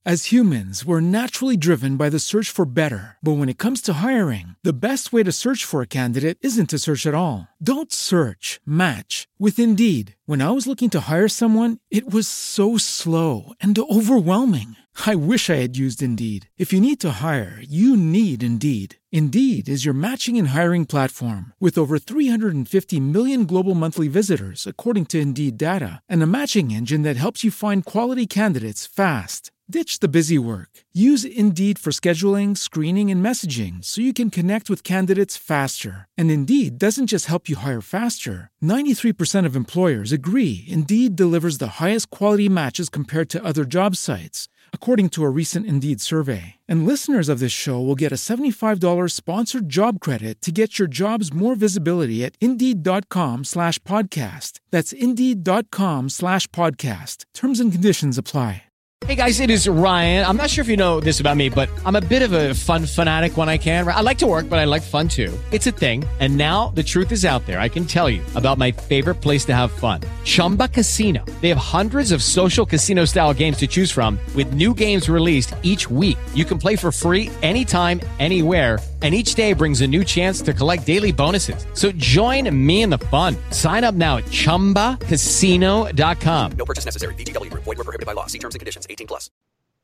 As humans, we're naturally driven by the search for better. But when it comes to hiring, the best way to search for a candidate isn't to search at all. Don't search, match with Indeed. When I was looking to hire someone, it was so slow and overwhelming. I wish I had used Indeed. If you need to hire, you need Indeed. Indeed is your matching and hiring platform with over 350 million global monthly visitors, according to Indeed data, and a matching engine that helps you find quality candidates fast. Ditch the busy work. Use Indeed for scheduling, screening, and messaging so you can connect with candidates faster. And Indeed doesn't just help you hire faster. 93% of employers agree Indeed delivers the highest quality matches compared to other job sites, according to a recent Indeed survey. And listeners of this show will get a $75 sponsored job credit to get your jobs more visibility at Indeed.com/podcast. That's Indeed.com/podcast. Terms and conditions apply. Hey guys, it is Ryan. I'm not sure if you know this about me, but I'm a bit of a fun fanatic when I can. I like to work, but I like fun too. It's a thing. And now the truth is out there. I can tell you about my favorite place to have fun. Chumba Casino. They have hundreds of social casino style games to choose from with new games released each week. You can play for free anytime, anywhere. And each day brings a new chance to collect daily bonuses. So join me in the fun. Sign up now at ChumbaCasino.com. No purchase necessary. VGW Group. Void where prohibited by law. See terms and conditions. 18+.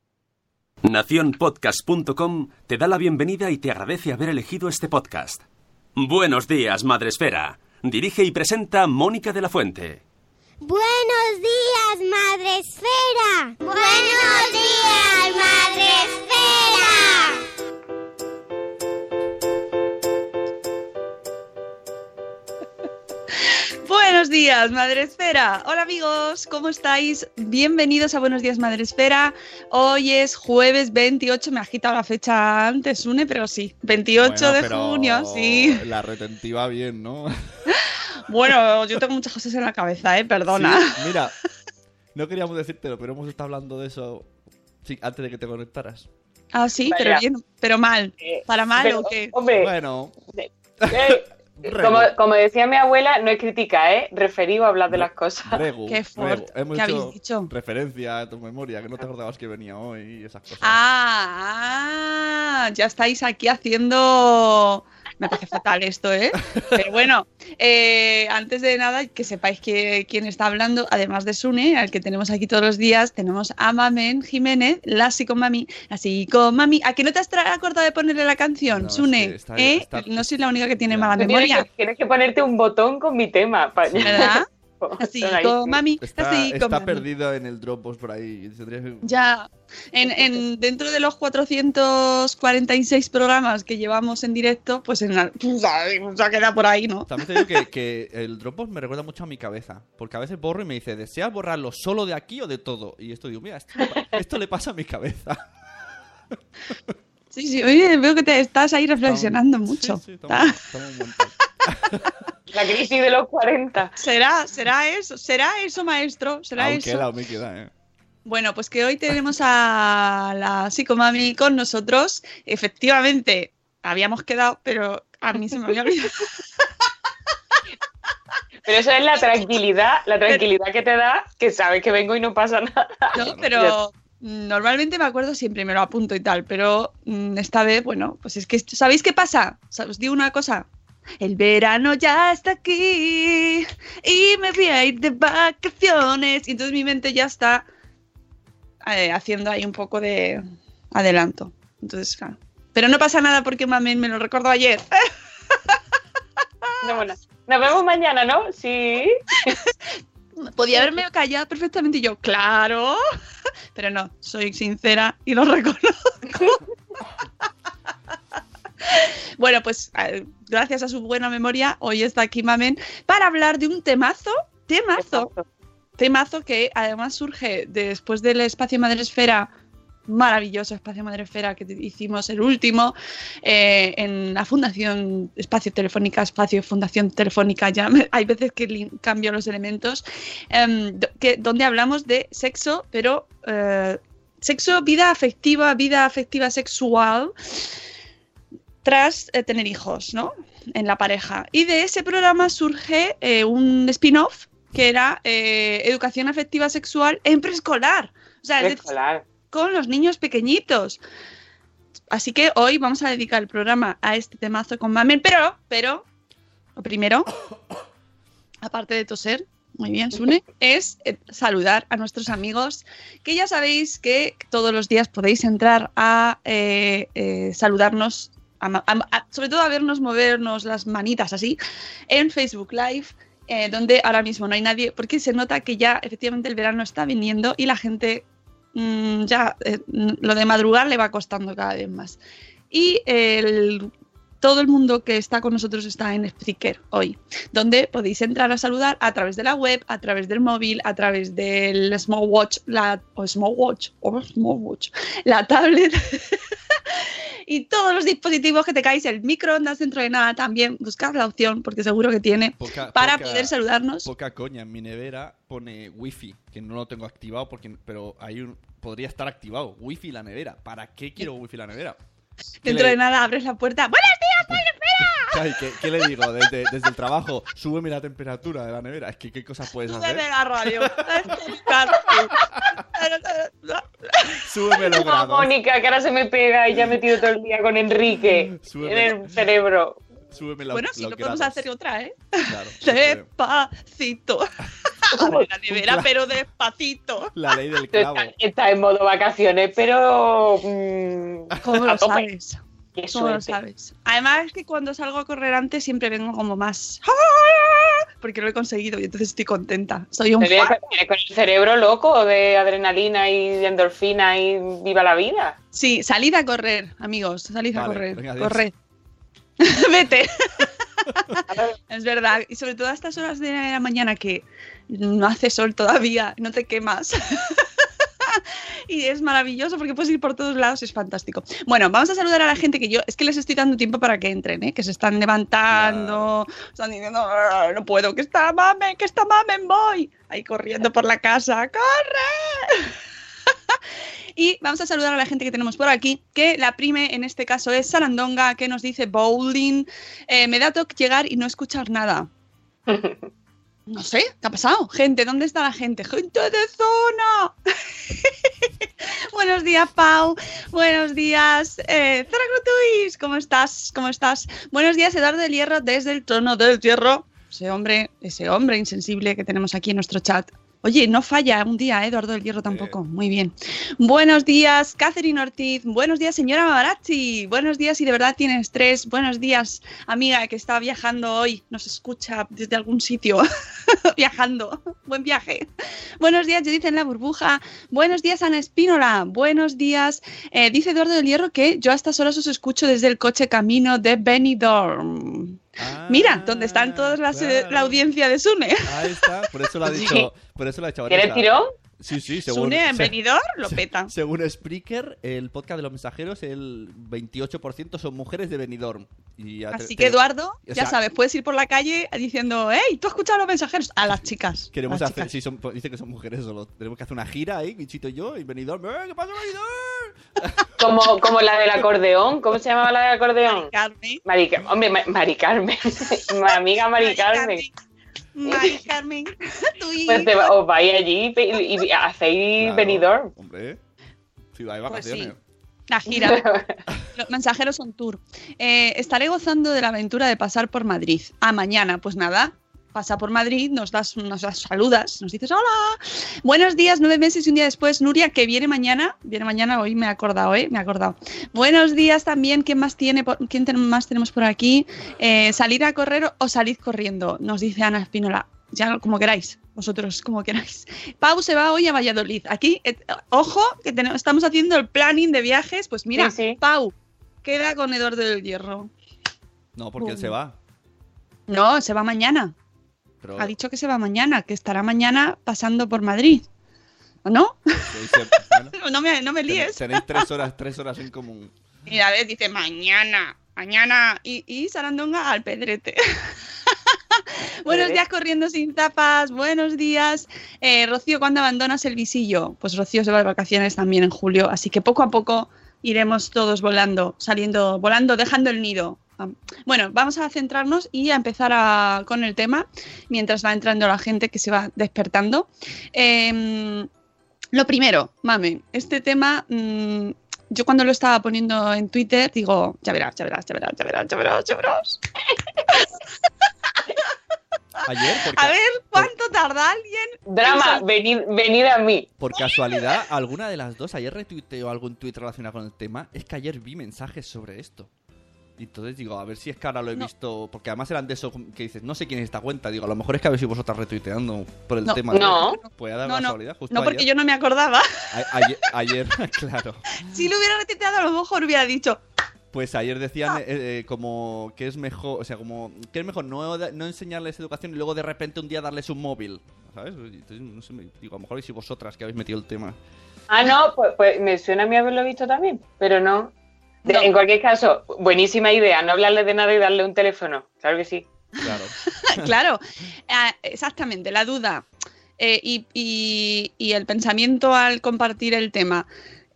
Nacionpodcast.com te da la bienvenida y te agradece haber elegido este podcast. Buenos días, Madresfera. Dirige y presenta Mónica de la Fuente. Buenos días, Madresfera. Buenos días, Madresfera. Buenos días, Madresfera. Hola amigos, ¿cómo estáis? Bienvenidos a Buenos días, Madresfera. Hoy es jueves 28, me ha agitado la fecha antes, Une, pero sí, 28 de junio, sí. La retentiva bien, ¿no? Bueno, yo tengo muchas cosas en la cabeza, perdona. Sí, mira, no queríamos decírtelo, pero hemos estado hablando de eso antes de que te conectaras. Ah, sí, Vaya. pero bien, pero mal. ¿Para mal Pero, o qué? Hombre, Bueno, como decía mi abuela, no es crítica, referido a hablar de las cosas. Qué fuerte. Hemos ¿Qué hecho habéis dicho? referencia a tu memoria, que no te acordabas que venía hoy y esas cosas. Ya estáis aquí haciendo... Me parece fatal esto, Pero bueno, antes de nada, que sepáis que quien está hablando, además de Sune, al que tenemos aquí todos los días, tenemos a Mamen Jiménez, la psicomami. ¿A que no te has acordado de ponerle la canción, No, Sune? es que está- No soy la única que tiene Ya. mala Tú memoria, tienes que ponerte un botón con mi tema. ¿verdad? Así, mami, Está perdido en el Dropbox por ahí. Ya, dentro de los 446 programas que llevamos en directo, pues se ha quedado por ahí, ¿no? También te digo que el Dropbox me recuerda mucho a mi cabeza. Porque a veces borro y me dice, ¿deseas borrarlo solo de aquí o de todo? Y esto digo, mira, esto le pasa a mi cabeza. Sí, oye, veo que te estás ahí reflexionando mucho. Sí, estamos un montón. La crisis de los 40. ¿Será eso, maestro? ¿Será eso? Aún me queda. Bueno, pues que hoy tenemos a la psicomami con nosotros. Efectivamente, habíamos quedado, pero a mí se me había olvidado. Pero eso es la tranquilidad que te da, que sabes que vengo y no pasa nada. No, pero normalmente me acuerdo siempre, me lo apunto y tal, pero esta vez, bueno, pues es que, ¿sabéis qué pasa? Os digo una cosa. El verano ya está aquí y me voy a ir de vacaciones. Y entonces mi mente ya está haciendo ahí un poco de adelanto. Entonces, claro. Pero no pasa nada porque Mamen me lo recordó ayer. No, bueno, nos vemos mañana, ¿no? Sí. Podía haberme callado perfectamente y yo, claro. Pero no, soy sincera y lo reconozco. Bueno, pues gracias a su buena memoria, hoy está aquí Mamen para hablar de un temazo que además surge después del Espacio Madresfera, maravilloso Espacio Madresfera que hicimos el último en la Fundación Espacio Fundación Telefónica, ya hay veces que cambio los elementos, donde hablamos de sexo, pero sexo, vida afectiva sexual, tras tener hijos, ¿no? En la pareja. Y de ese programa surge un spin-off que era educación afectiva sexual en preescolar. O sea, Preescolar. con los niños pequeñitos. Así que hoy vamos a dedicar el programa a este temazo con Mamen, pero lo primero, aparte de toser, muy bien, Sune, es saludar a nuestros amigos, que ya sabéis que todos los días podéis entrar a saludarnos, sobre todo a vernos movernos las manitas así, en Facebook Live, donde ahora mismo no hay nadie, porque se nota que ya efectivamente el verano está viniendo y la gente lo de madrugar le va costando cada vez más. Y todo el mundo que está con nosotros está en Spreaker hoy, donde podéis entrar a saludar a través de la web, a través del móvil, a través del smartwatch, la tablet y todos los dispositivos que tengáis, el microondas dentro de nada también, buscad la opción porque seguro que tiene para poder saludarnos. Poca coña, en mi nevera pone wifi, que no lo tengo activado pero podría estar activado. Wifi la nevera. ¿Para qué quiero wifi la nevera? Dentro de nada abres la puerta. ¡Buenos días, madre espera! ¿Qué le digo? Desde el trabajo, súbeme la temperatura de la nevera. Es que ¿qué cosas puedes hacer? Súbeme la radio. Súbeme los grados. Mónica, que ahora se me pega y ya he metido todo el día con Enrique en el cerebro. Súbeme bueno, si no podemos hacer otra, ¿eh? Claro. Despacito. Abre la nevera, pero despacito. La ley del clavo. Está en modo vacaciones, pero... ¿Cómo lo sabes? Qué ¿Cómo lo suerte. sabes? Además es que cuando salgo a correr antes siempre vengo como más... Porque lo he conseguido y entonces estoy contenta. Soy un Te vienes con el cerebro loco de adrenalina y de endorfina y viva la vida. Sí, salid a correr, amigos. Salid a correr. Venga, adiós. Corred. Vete. Es verdad. Y sobre todo a estas horas de la mañana que no hace sol todavía, no te quemas. Y es maravilloso porque puedes ir por todos lados, es fantástico. Bueno, vamos a saludar a la gente que es que les estoy dando tiempo para que entren, que se están levantando, están diciendo, no puedo, que está mamen, voy. Ahí corriendo por la casa, ¡corre! Y vamos a saludar a la gente que tenemos por aquí, que la prime en este caso es Sarandonga, que nos dice bowling. Me da toque llegar y no escuchar nada. No sé, ¿qué ha pasado? Gente, ¿dónde está la gente? ¡Gente de zona! Buenos días, Pau. Buenos días, Zara Grutuis. ¿Cómo estás? ¿Cómo estás? Buenos días, Eduardo del Hierro, desde el Trono del Hierro. Ese hombre insensible que tenemos aquí en nuestro chat. Oye, no falla un día, Eduardo del Hierro tampoco. Muy bien. Buenos días, Catherine Ortiz. Buenos días, señora Mamarazzi. Buenos días, si de verdad tiene estrés. Buenos días, amiga que está viajando hoy. Nos escucha desde algún sitio. Viajando. Buen viaje. Buenos días, Judith en la burbuja. Buenos días, Ana Espínola. Buenos días. Dice Eduardo del Hierro que yo a estas horas os escucho desde el coche camino de Benidorm. Mira, donde están todas la audiencia de Sune. Ahí está, por eso lo ha dicho. Por eso lo ha hecho ¿Quieres tirón? Sí, según Sune en Benidorm lo peta. Según Spreaker, el podcast de los mensajeros, el 28% son mujeres de Benidorm. Así que, Eduardo, ya sabes, puedes ir por la calle diciendo, ¡hey, tú has escuchado a los mensajeros! A las chicas. Queremos hacer, dice que son mujeres solo. Tenemos que hacer una gira ahí, Bichito y yo, y Benidorm. ¿Qué pasa, Benidorm? Como la del acordeón. ¿Cómo se llamaba la del acordeón? Mari Carmen. Mari Carmen. Mi amiga Mari Carmen. Mari Carmen. Pues os vais allí y hacéis Benidorm. Hombre, si vais de vacaciones. Pues sí. La gira. Los mensajeros on tour. Estaré gozando de la aventura de pasar por Madrid. Mañana, pues nada. Pasa por Madrid, nos saludas, nos dices hola. Buenos días, 9 meses y un día después. Nuria, que viene mañana, hoy me he acordado, Buenos días también, ¿quién más tenemos por aquí? ¿Salir a correr o salid corriendo? Nos dice Ana Espínola. Ya como queráis, vosotros como queráis. Pau se va hoy a Valladolid. Aquí, ojo, que estamos haciendo el planning de viajes. Pues mira, sí. Pau, queda con Eduardo del Hierro. No, porque él se va. No, se va mañana. Pero... Ha dicho que se va mañana, que estará mañana pasando por Madrid. ¿No? Bueno, no me líes. Tenéis 3 horas en común. Mira, a ver, dice mañana. Y Sarandonga al pedrete. Buenos días, corriendo sin tapas. Buenos días. Rocío, ¿cuándo abandonas el visillo? Pues Rocío se va de vacaciones también en julio, así que poco a poco iremos todos volando, dejando el nido. Bueno, vamos a centrarnos y a empezar con el tema mientras va entrando la gente que se va despertando. Lo primero, mame, este tema, yo cuando lo estaba poniendo en Twitter, digo, ya verás. Ayer, A ver, ¿cuánto tarda alguien? Drama, venid a mí. por casualidad, alguna de las dos, ayer retuiteó algún tuit relacionado con el tema, es que ayer vi mensajes sobre esto. Y entonces digo, a ver si es que ahora lo he visto, porque además eran de eso que dices, no sé quién es esta cuenta, digo, a lo mejor es que habéis vosotras retuiteando por el tema. No. Puede dar casualidad, justo No, porque ayer. yo no me acordaba. Ayer, claro. Si lo hubiera retuiteado, a lo mejor hubiera dicho, Pues ayer decían como que es mejor, o sea, como que es mejor no enseñarles educación y luego de repente un día darles un móvil, ¿sabes? Entonces, no sé, digo, a lo mejor si vosotras que habéis metido el tema. Ah, no, pues me suena a mí haberlo visto también, pero no. No. En cualquier caso, buenísima idea, no hablarle de nada y darle un teléfono, claro que sí. Claro. claro, exactamente, la duda y el pensamiento al compartir el tema.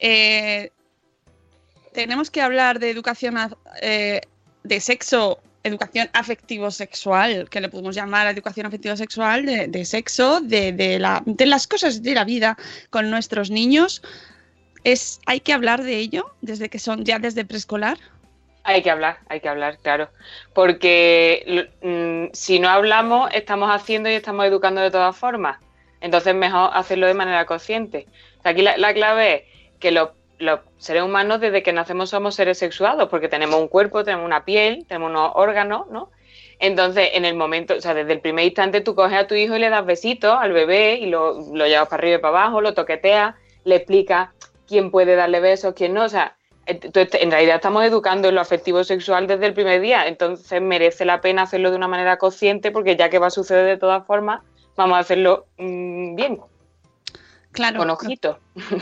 Tenemos que hablar de educación de sexo, educación afectivo-sexual, que le podemos llamar educación afectivo-sexual, de sexo, de las cosas de la vida con nuestros niños. ¿Hay que hablar de ello desde que son ya desde preescolar? Hay que hablar, claro. Porque si no hablamos, estamos haciendo y estamos educando de todas formas. Entonces, mejor hacerlo de manera consciente. O sea, aquí la clave es que los seres humanos, desde que nacemos, somos seres sexuados, porque tenemos un cuerpo, tenemos una piel, tenemos unos órganos, ¿no? Entonces, en el momento, o sea, desde el primer instante, tú coges a tu hijo y le das besitos al bebé y lo llevas para arriba y para abajo, lo toqueteas, le explicas quién puede darle besos, quién no. O sea, en realidad estamos educando en lo afectivo sexual desde el primer día. Entonces merece la pena hacerlo de una manera consciente, porque ya que va a suceder de todas formas, vamos a hacerlo bien. Claro. Con ojitos.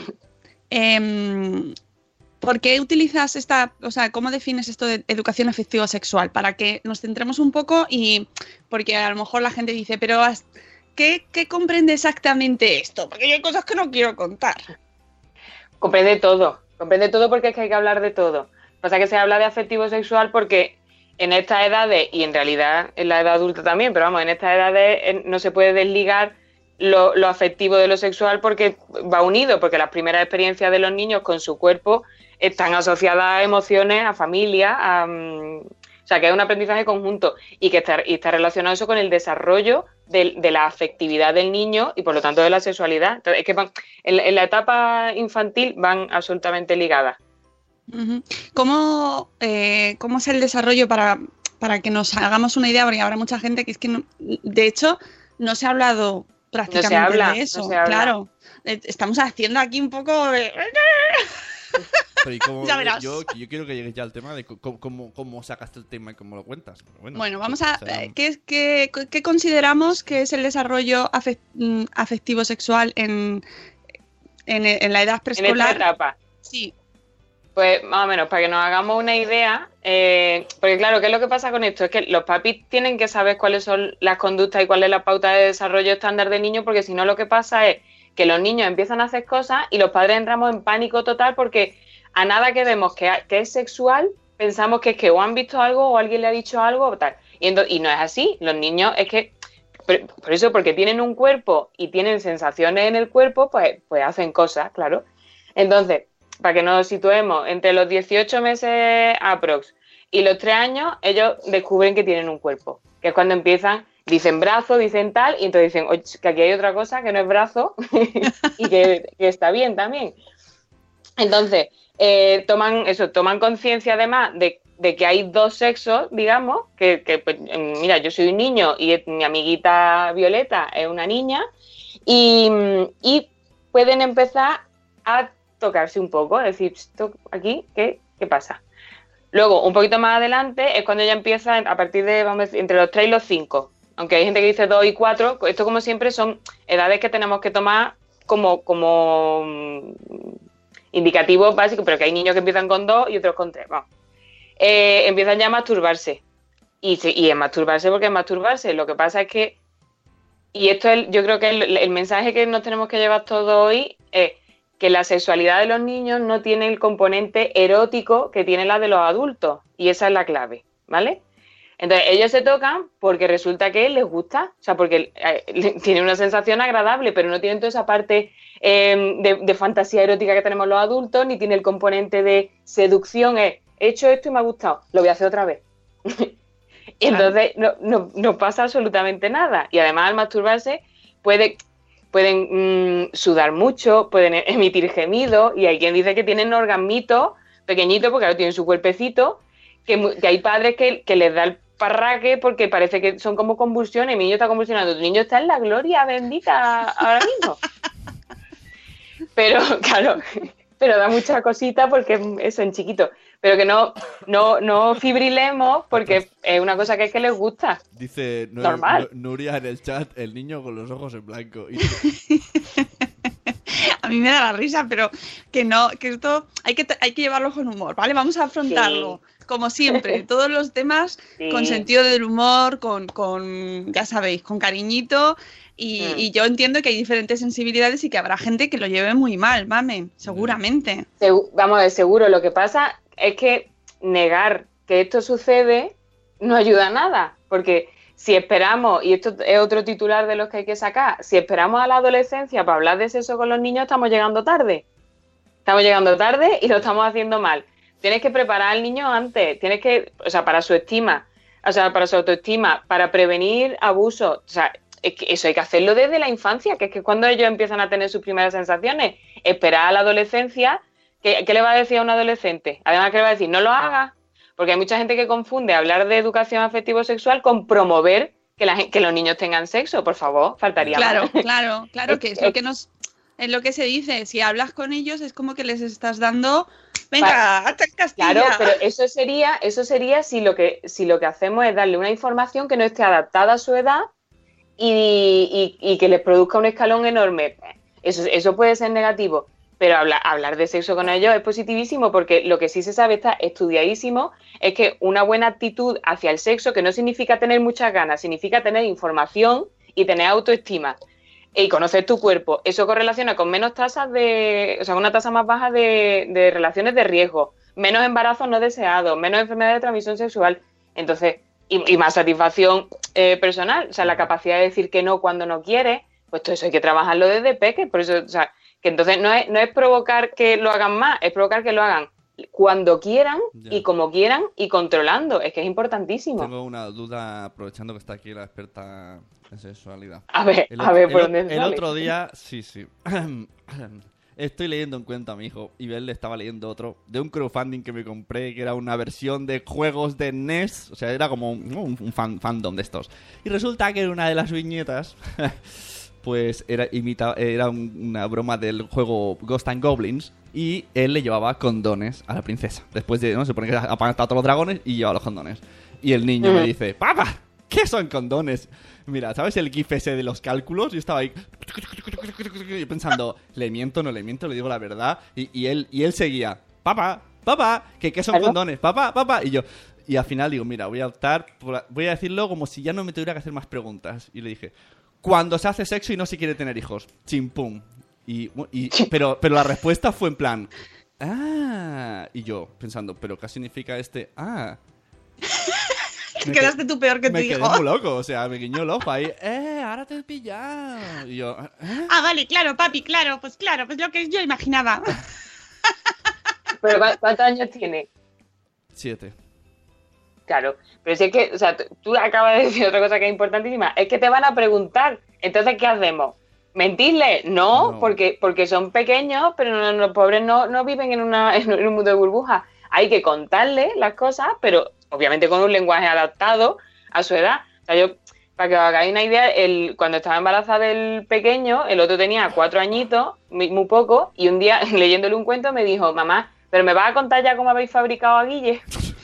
¿Por qué utilizas cómo defines esto de educación afectivo sexual? Para que nos centremos un poco y porque a lo mejor la gente dice, pero ¿qué comprende exactamente esto? Porque hay cosas que no quiero contar. Comprende todo porque es que hay que hablar de todo. Lo que pasa es que se habla de afectivo sexual porque en estas edades, y en realidad en la edad adulta también, pero vamos, en estas edades no se puede desligar lo afectivo de lo sexual porque va unido, porque las primeras experiencias de los niños con su cuerpo están asociadas a emociones, a familia, o sea, que es un aprendizaje conjunto y que está relacionado eso con el desarrollo de la afectividad del niño y por lo tanto de la sexualidad. Entonces, es que en la etapa infantil van absolutamente ligadas. Uh-huh. ¿Cómo es el desarrollo para que nos hagamos una idea? Porque habrá mucha gente que es que, de hecho, no se ha hablado prácticamente de eso. No se habla. Claro, estamos haciendo aquí un poco de... Pero ¿y cómo, Ya verás. yo quiero que llegues ya al tema de cómo sacaste el tema y cómo lo cuentas. Bueno, vamos a... ¿Qué consideramos que es el desarrollo afectivo sexual en la edad preescolar? En esta etapa. Sí. Pues más o menos, para que nos hagamos una idea, porque claro, ¿qué es lo que pasa con esto? Es que los papis tienen que saber cuáles son las conductas y cuál es la pauta de desarrollo estándar del niño, porque si no lo que pasa es que los niños empiezan a hacer cosas y los padres entramos en pánico total porque a nada que vemos que es sexual, pensamos que es que o han visto algo o alguien le ha dicho algo o tal. Y no es así. Los niños es que, por eso, porque tienen un cuerpo y tienen sensaciones en el cuerpo, pues hacen cosas, claro. Entonces, para que nos situemos, entre los 18 meses aprox y los 3 años, ellos descubren que tienen un cuerpo, que es cuando empiezan, dicen brazo, dicen tal, y entonces dicen, oye, que aquí hay otra cosa que no es brazo y que está bien también. Entonces, toman conciencia además de que hay dos sexos, digamos, que pues, mira, yo soy un niño y mi amiguita Violeta es una niña, y pueden empezar a tocarse un poco, es decir, ¿esto aquí qué pasa? Luego, un poquito más adelante, es cuando ya empieza, a partir de, vamos a decir, entre los 3 y los 5, aunque hay gente que dice 2 y 4, esto como siempre son edades que tenemos que tomar como indicativos básicos, pero que hay niños que empiezan con 2 y otros con 3, vamos. Empiezan ya a masturbarse, y es masturbarse porque es masturbarse, lo que pasa es que, y esto es, yo creo que el mensaje que nos tenemos que llevar todos hoy es que la sexualidad de los niños no tiene el componente erótico que tiene la de los adultos, y esa es la clave, ¿vale? Entonces, ellos se tocan porque resulta que les gusta, o sea, porque tienen una sensación agradable, pero no tienen toda esa parte de fantasía erótica que tenemos los adultos, ni tiene el componente de seducción, he hecho esto y me ha gustado, lo voy a hacer otra vez. Y entonces no pasa absolutamente nada. Y además, al masturbarse, pueden sudar mucho, pueden emitir gemidos, y hay quien dice que tienen orgasmitos pequeñitos, porque ahora tienen su cuerpecito, que hay padres que les da el parraque porque parece que son como convulsiones, mi niño está convulsionando, tu niño está en la gloria bendita ahora mismo. Pero, claro, pero da mucha cosita porque eso en chiquito. Pero que no fibrilemos porque es una cosa que es que les gusta. Dice Nuria en el chat, el niño con los ojos en blanco. A mí me da la risa, pero que esto hay que llevarlo con humor, ¿vale? Vamos a afrontarlo, como siempre, todos los temas con sentido del humor, con ya sabéis, con cariñito. Y yo entiendo que hay diferentes sensibilidades y que habrá gente que lo lleve muy mal, mamen, seguramente. Vamos a ver, seguro. Lo que pasa es que negar que esto sucede no ayuda a nada, porque si esperamos, y esto es otro titular de los que hay que sacar, si esperamos a la adolescencia para hablar de sexo con los niños, estamos llegando tarde. Estamos llegando tarde y lo estamos haciendo mal. Tienes que preparar al niño antes, para su estima, para su autoestima, para prevenir abusos, es que eso hay que hacerlo desde la infancia, que es que cuando ellos empiezan a tener sus primeras sensaciones, esperar a la adolescencia, ¿qué le va a decir a un adolescente? Además, ¿qué le va a decir? No lo hagas, porque hay mucha gente que confunde hablar de educación afectivo-sexual con promover que los niños tengan sexo, por favor, faltaría más. Claro, que es lo que se dice, si hablas con ellos es como que les estás dando, venga, hasta en Castilla. Claro, pero eso sería si lo que hacemos es darle una información que no esté adaptada a su edad y que les produzca un escalón enorme. Eso puede ser negativo, pero hablar de sexo con ellos es positivísimo, porque lo que sí se sabe, está estudiadísimo, es que una buena actitud hacia el sexo, que no significa tener muchas ganas, significa tener información y tener autoestima y conocer tu cuerpo, eso correlaciona con menos tasas una tasa más baja de relaciones de riesgo, menos embarazos no deseados, menos enfermedades de transmisión sexual. Entonces, y más satisfacción personal, la capacidad de decir que no cuando no quiere, pues todo eso hay que trabajarlo desde peque. Por eso, que entonces no es provocar que lo hagan más, es provocar que lo hagan cuando quieran y como quieran y controlando. Es que es importantísimo. Tengo una duda, aprovechando que está aquí la experta en sexualidad. A ver, ¿por dónde sale? El otro día, sí. Estoy leyendo un cuento a mi hijo y él le estaba leyendo otro de un crowdfunding que me compré, que era una versión de juegos de NES, o sea, era como un fandom de estos. Y resulta que en una de las viñetas, pues era una broma del juego Ghost and Goblins, y él le llevaba condones a la princesa. Después de, ¿no? Se supone que apagan todos los dragones y lleva los condones. Y el niño me dice, ¡papá! ¿Qué son condones? Mira, ¿sabes el gif ese de los cálculos? Yo estaba ahí pensando, ¿le miento, no le miento? ¿Le digo la verdad? Y él seguía, papá, ¿qué son condones? Papá. Y al final digo, mira, voy a decirlo como si ya no me tuviera que hacer más preguntas. Y le dije, cuando se hace sexo y no se quiere tener hijos. Chimpum. Pero la respuesta fue en plan, y yo pensando, ¿pero qué significa este? Quedaste tú peor que tu hijo. Me quedé muy loco, o sea, me guiñó el ojo ahí. Ahora te he pillado. Y yo, vale, claro, papi, claro, pues lo que yo imaginaba. ¿Pero cuántos años tiene? 7. Claro, pero si es que, tú acabas de decir otra cosa que es importantísima, es que te van a preguntar, entonces, ¿qué hacemos? ¿Mentirle? No. Porque son pequeños, pero los pobres no viven en un mundo de burbujas. Hay que contarles las cosas, pero obviamente con un lenguaje adaptado a su edad. Yo, para que os hagáis una idea, cuando estaba embarazada del pequeño, el otro tenía 4 añitos, muy poco, y un día, leyéndole un cuento, me dijo, mamá, ¿pero me vas a contar ya cómo habéis fabricado a Guille?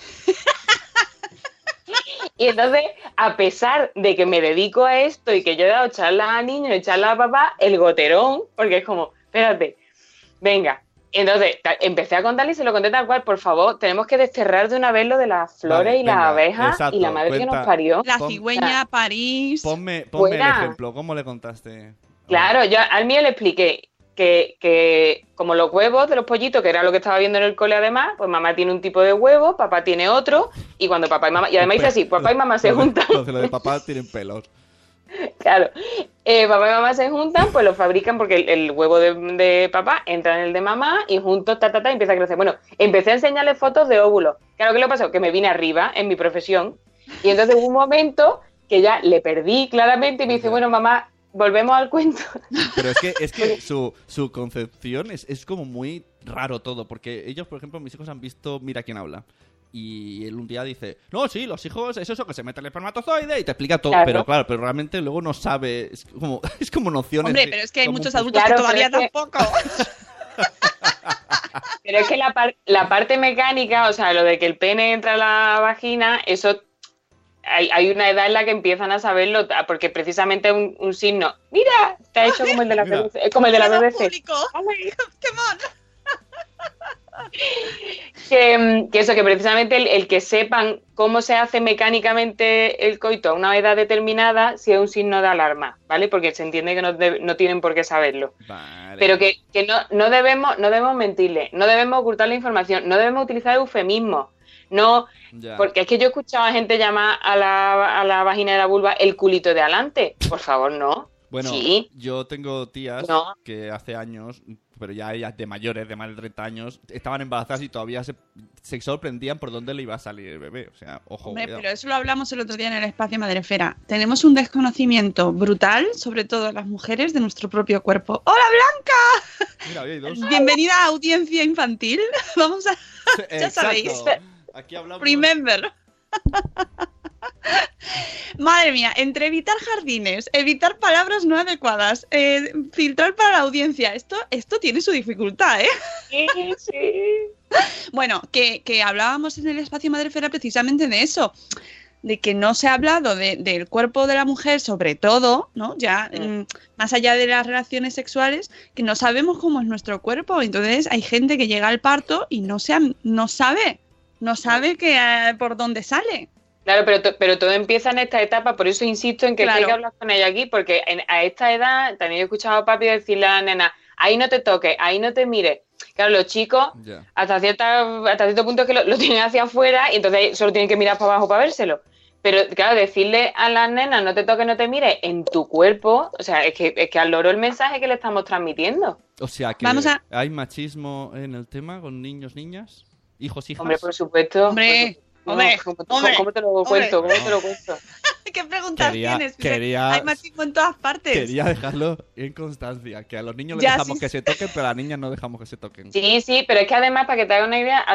Y entonces, a pesar de que me dedico a esto y que yo he dado charlas a niños y charlas a papá, el goterón, porque es como, espérate, venga. Entonces, empecé a contarle y se lo conté tal cual, por favor, tenemos que desterrar de una vez lo de las flores y las abejas, exacto, y la madre que nos parió. La cigüeña, París. Ponme el ejemplo, ¿cómo le contaste? Claro, yo al mío le expliqué, que como los huevos de los pollitos, que era lo que estaba viendo en el cole además, pues mamá tiene un tipo de huevo, papá tiene otro, y cuando papá y mamá, y además dice así, papá y mamá se juntan. Los de papá tienen pelos. Claro, papá y mamá se juntan, pues lo fabrican porque el huevo de papá entra en el de mamá y juntos, empieza a crecer. Bueno, empecé a enseñarle fotos de óvulos. Claro, ¿qué le pasó? Que me vine arriba en mi profesión y entonces hubo un momento que ya le perdí claramente y me dice, bueno, mamá, volvemos al cuento. Pero es que su concepción es como muy raro todo, porque ellos, por ejemplo, mis hijos han visto Mira quién habla. Y él un día dice, no, sí, los hijos es eso, que se mete el espermatozoide y te explica todo. Claro. Pero realmente luego no sabe, es como nociones. Hombre, pero es que hay como muchos un- adultos Claro, que todavía pero es que- tampoco. Pero es que la parte mecánica, o sea, lo de que el pene entra a la vagina, eso hay una edad en la que empiezan a saberlo, porque precisamente un signo, mira, está hecho como el de la Mira. BBC, como el de la Todo BBC. público. ¡Qué mon! Que eso, que precisamente el que sepan cómo se hace mecánicamente el coito a una edad determinada, sí es un signo de alarma, ¿vale? Porque se entiende que no tienen por qué saberlo. Vale. Pero que no debemos mentirle, no debemos ocultar la información, no debemos utilizar eufemismos. No, Ya. porque es que yo he escuchado a gente llamar a la vagina de la vulva el culito de adelante. Por favor, no. Bueno, Sí. yo tengo tías No. que hace años, pero ya ellas de mayores, de más de 30 años, estaban embarazadas y todavía se sorprendían por dónde le iba a salir el bebé. O sea, ojo, Hombre, cuidado. pero eso lo hablamos el otro día en el espacio Madrefera. Tenemos un desconocimiento brutal, sobre todo las mujeres, de nuestro propio cuerpo. ¡Hola, Blanca! Mira, hoy hay dos. Bienvenida a audiencia infantil. Vamos a... ya sabéis. Exacto. Aquí hablamos... Remember. Madre mía, entre evitar jardines, evitar palabras no adecuadas, filtrar para la audiencia, esto tiene su dificultad, ¿eh? Sí, sí. Bueno, que hablábamos en el espacio Madrefera precisamente de eso, de que no se ha hablado del cuerpo de la mujer, sobre todo, ¿no? Ya más allá de las relaciones sexuales, que no sabemos cómo es nuestro cuerpo. Entonces hay gente que llega al parto y no sabe que, por dónde sale. Claro, pero todo empieza en esta etapa, por eso insisto en que Claro. hay que hablar con ella aquí, porque a esta edad también he escuchado a papi decirle a la nena, ahí no te toques, ahí no te mires. Claro, los chicos Ya. hasta cierto punto es que lo tienen hacia afuera y entonces solo tienen que mirar para abajo para vérselo. Pero claro, decirle a las nenas no te toques, no te mires en tu cuerpo, o sea, es que al loro el mensaje que le estamos transmitiendo. O sea, que Vamos a- hay machismo en el tema con niños, niñas, hijos, hijas. Hombre, por supuesto. Hombre, No, hombre, ¿cómo te lo cuento? ¿Cómo te lo cuento? ¿Qué preguntas tienes? Hay machismo en todas partes. Quería dejarlo en constancia, que a los niños les Ya, dejamos sí, que se toquen, pero a las niñas no dejamos que se toquen. Sí, pero es que además, para que te hagas una idea,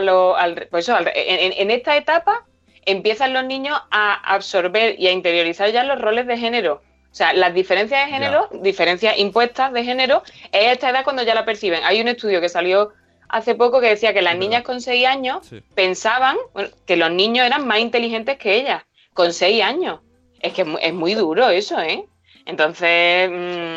en esta etapa empiezan los niños a absorber y a interiorizar ya los roles de género. O sea, las diferencias de género, diferencias impuestas de género, es esta edad cuando ya la perciben. Hay un estudio que salió hace poco que decía que las niñas con 6 años pensaban que los niños eran más inteligentes que ellas, con 6 años. Es que es muy duro eso, ¿eh? Entonces,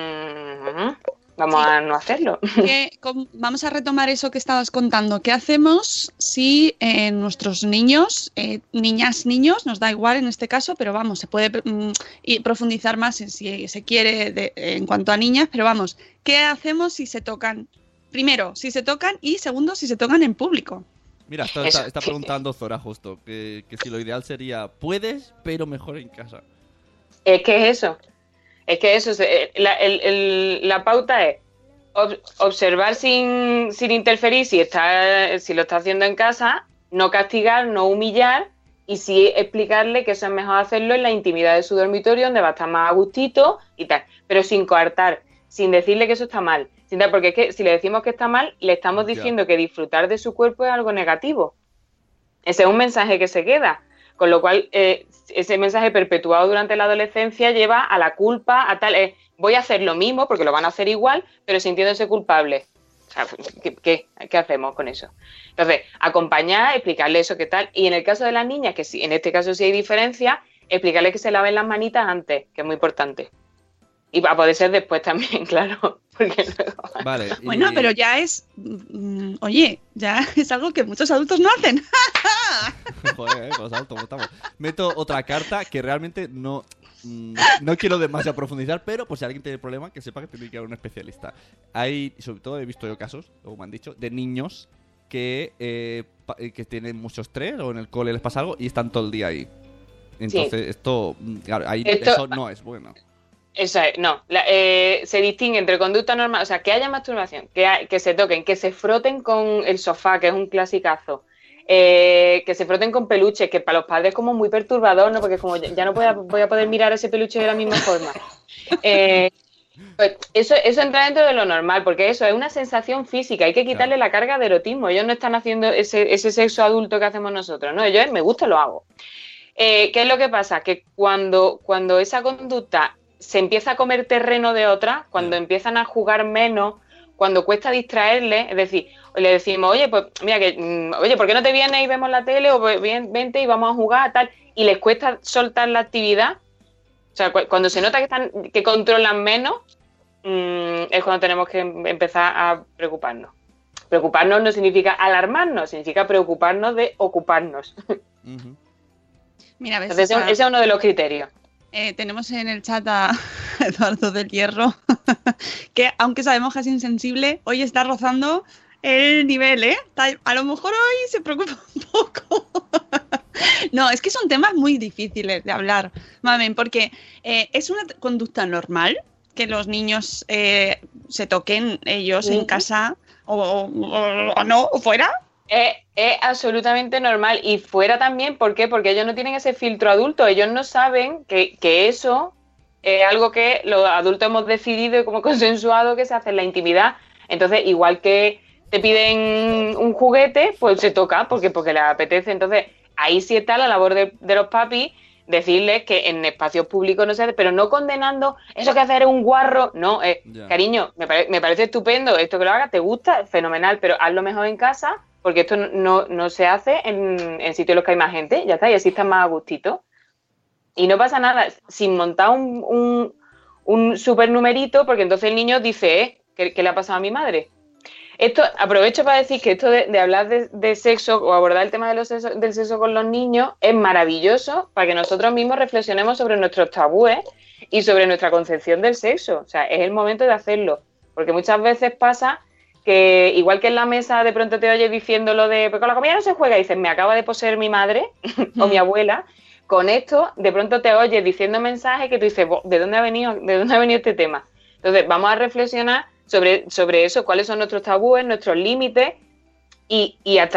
vamos a no hacerlo. Vamos a retomar eso que estabas contando. ¿Qué hacemos si nuestros niños, niñas, niños, nos da igual en este caso, pero vamos, se puede profundizar más en si se quiere en cuanto a niñas, pero vamos, ¿qué hacemos si se tocan? Primero, si se tocan y segundo, si se tocan en público. Mira, está preguntando Zora justo, que si lo ideal sería, puedes, pero mejor en casa. Es que es eso. La pauta es observar sin interferir si lo está haciendo en casa, no castigar, no humillar y sí explicarle que eso es mejor hacerlo en la intimidad de su dormitorio, donde va a estar más a gustito y tal, pero sin coartar, sin decirle que eso está mal. Porque es que si le decimos que está mal, le estamos diciendo que disfrutar de su cuerpo es algo negativo. Ese es un mensaje que se queda. Con lo cual, ese mensaje perpetuado durante la adolescencia lleva a la culpa, a tal... voy a hacer lo mismo, porque lo van a hacer igual, pero sintiéndose culpable. O sea, ¿qué hacemos con eso? Entonces, acompañar, explicarle eso, qué tal. Y en el caso de las niñas, que sí, en este caso sí hay diferencia, explicarle que se laven las manitas antes, que es muy importante. Y va a poder ser después también, claro. Porque luego... Vale. Bueno, pero ya es... oye, ya es algo que muchos adultos no hacen. Joder, los adultos, ¿cómo estamos? Meto otra carta que realmente no... No quiero demasiado profundizar, pero por si alguien tiene problema, que sepa que tiene que ir a un especialista. Hay, sobre todo he visto yo casos, como me han dicho, de niños que tienen mucho estrés o en el cole les pasa algo y están todo el día ahí. Entonces, esto, claro, eso no es bueno. Eso es, no. Se distingue entre conducta normal, o sea, que haya masturbación, que se toquen, que se froten con el sofá, que es un clasicazo, que se froten con peluches, que para los padres es como muy perturbador, ¿no? Porque como ya no voy a poder mirar ese peluche de la misma forma. Pues eso entra dentro de lo normal, porque eso es una sensación física, hay que quitarle la carga de erotismo. Ellos no están haciendo ese sexo adulto que hacemos nosotros, ¿no? Ellos me gusta, lo hago. ¿Qué es lo que pasa? Que cuando esa conducta se empieza a comer terreno de otra, cuando empiezan a jugar menos, cuando cuesta distraerle, es decir, le decimos, oye, pues mira, oye, ¿por qué no te vienes y vemos la tele? O vente y vamos a jugar, tal, y les cuesta soltar la actividad. O sea, cuando se nota que controlan menos, es cuando tenemos que empezar a preocuparnos. Preocuparnos no significa alarmarnos, significa preocuparnos de ocuparnos. Uh-huh. Mira, ¿ves? Entonces, ese es uno de los criterios. Tenemos en el chat a Eduardo del Hierro, que aunque sabemos que es insensible, hoy está rozando el nivel, ¿eh? A lo mejor hoy se preocupa un poco. No, es que son temas muy difíciles de hablar, mamen, porque es una conducta normal que los niños se toquen ellos en casa o no, o fuera. Es absolutamente normal. Y fuera también, ¿por qué? Porque ellos no tienen ese filtro adulto. Ellos no saben que eso es algo que los adultos hemos decidido y como consensuado que se hace en la intimidad. Entonces, igual que te piden un juguete, pues se toca porque les apetece. Entonces, ahí sí está la labor de los papis, decirles que en espacios públicos no se hace, pero no condenando eso que hacer es un guarro. No, cariño, me parece estupendo esto que lo hagas, te gusta, fenomenal, pero hazlo mejor en casa, porque esto no se hace en sitios en los que hay más gente, ya está, y así estás más a gustito. Y no pasa nada, sin montar un super numerito, porque entonces el niño dice, ¿qué le ha pasado a mi madre? Esto, aprovecho para decir que esto de hablar de sexo o abordar el tema del sexo con los niños es maravilloso para que nosotros mismos reflexionemos sobre nuestros tabúes y sobre nuestra concepción del sexo. O sea, es el momento de hacerlo, porque muchas veces pasa que igual que en la mesa de pronto te oyes diciendo lo de, pues con la comida no se juega, y dices, me acaba de poseer mi madre o mi abuela. Con esto, de pronto te oyes diciendo mensajes que tú dices, ¿de dónde ha venido este tema? Entonces, vamos a reflexionar sobre eso, cuáles son nuestros tabúes, nuestros límites, y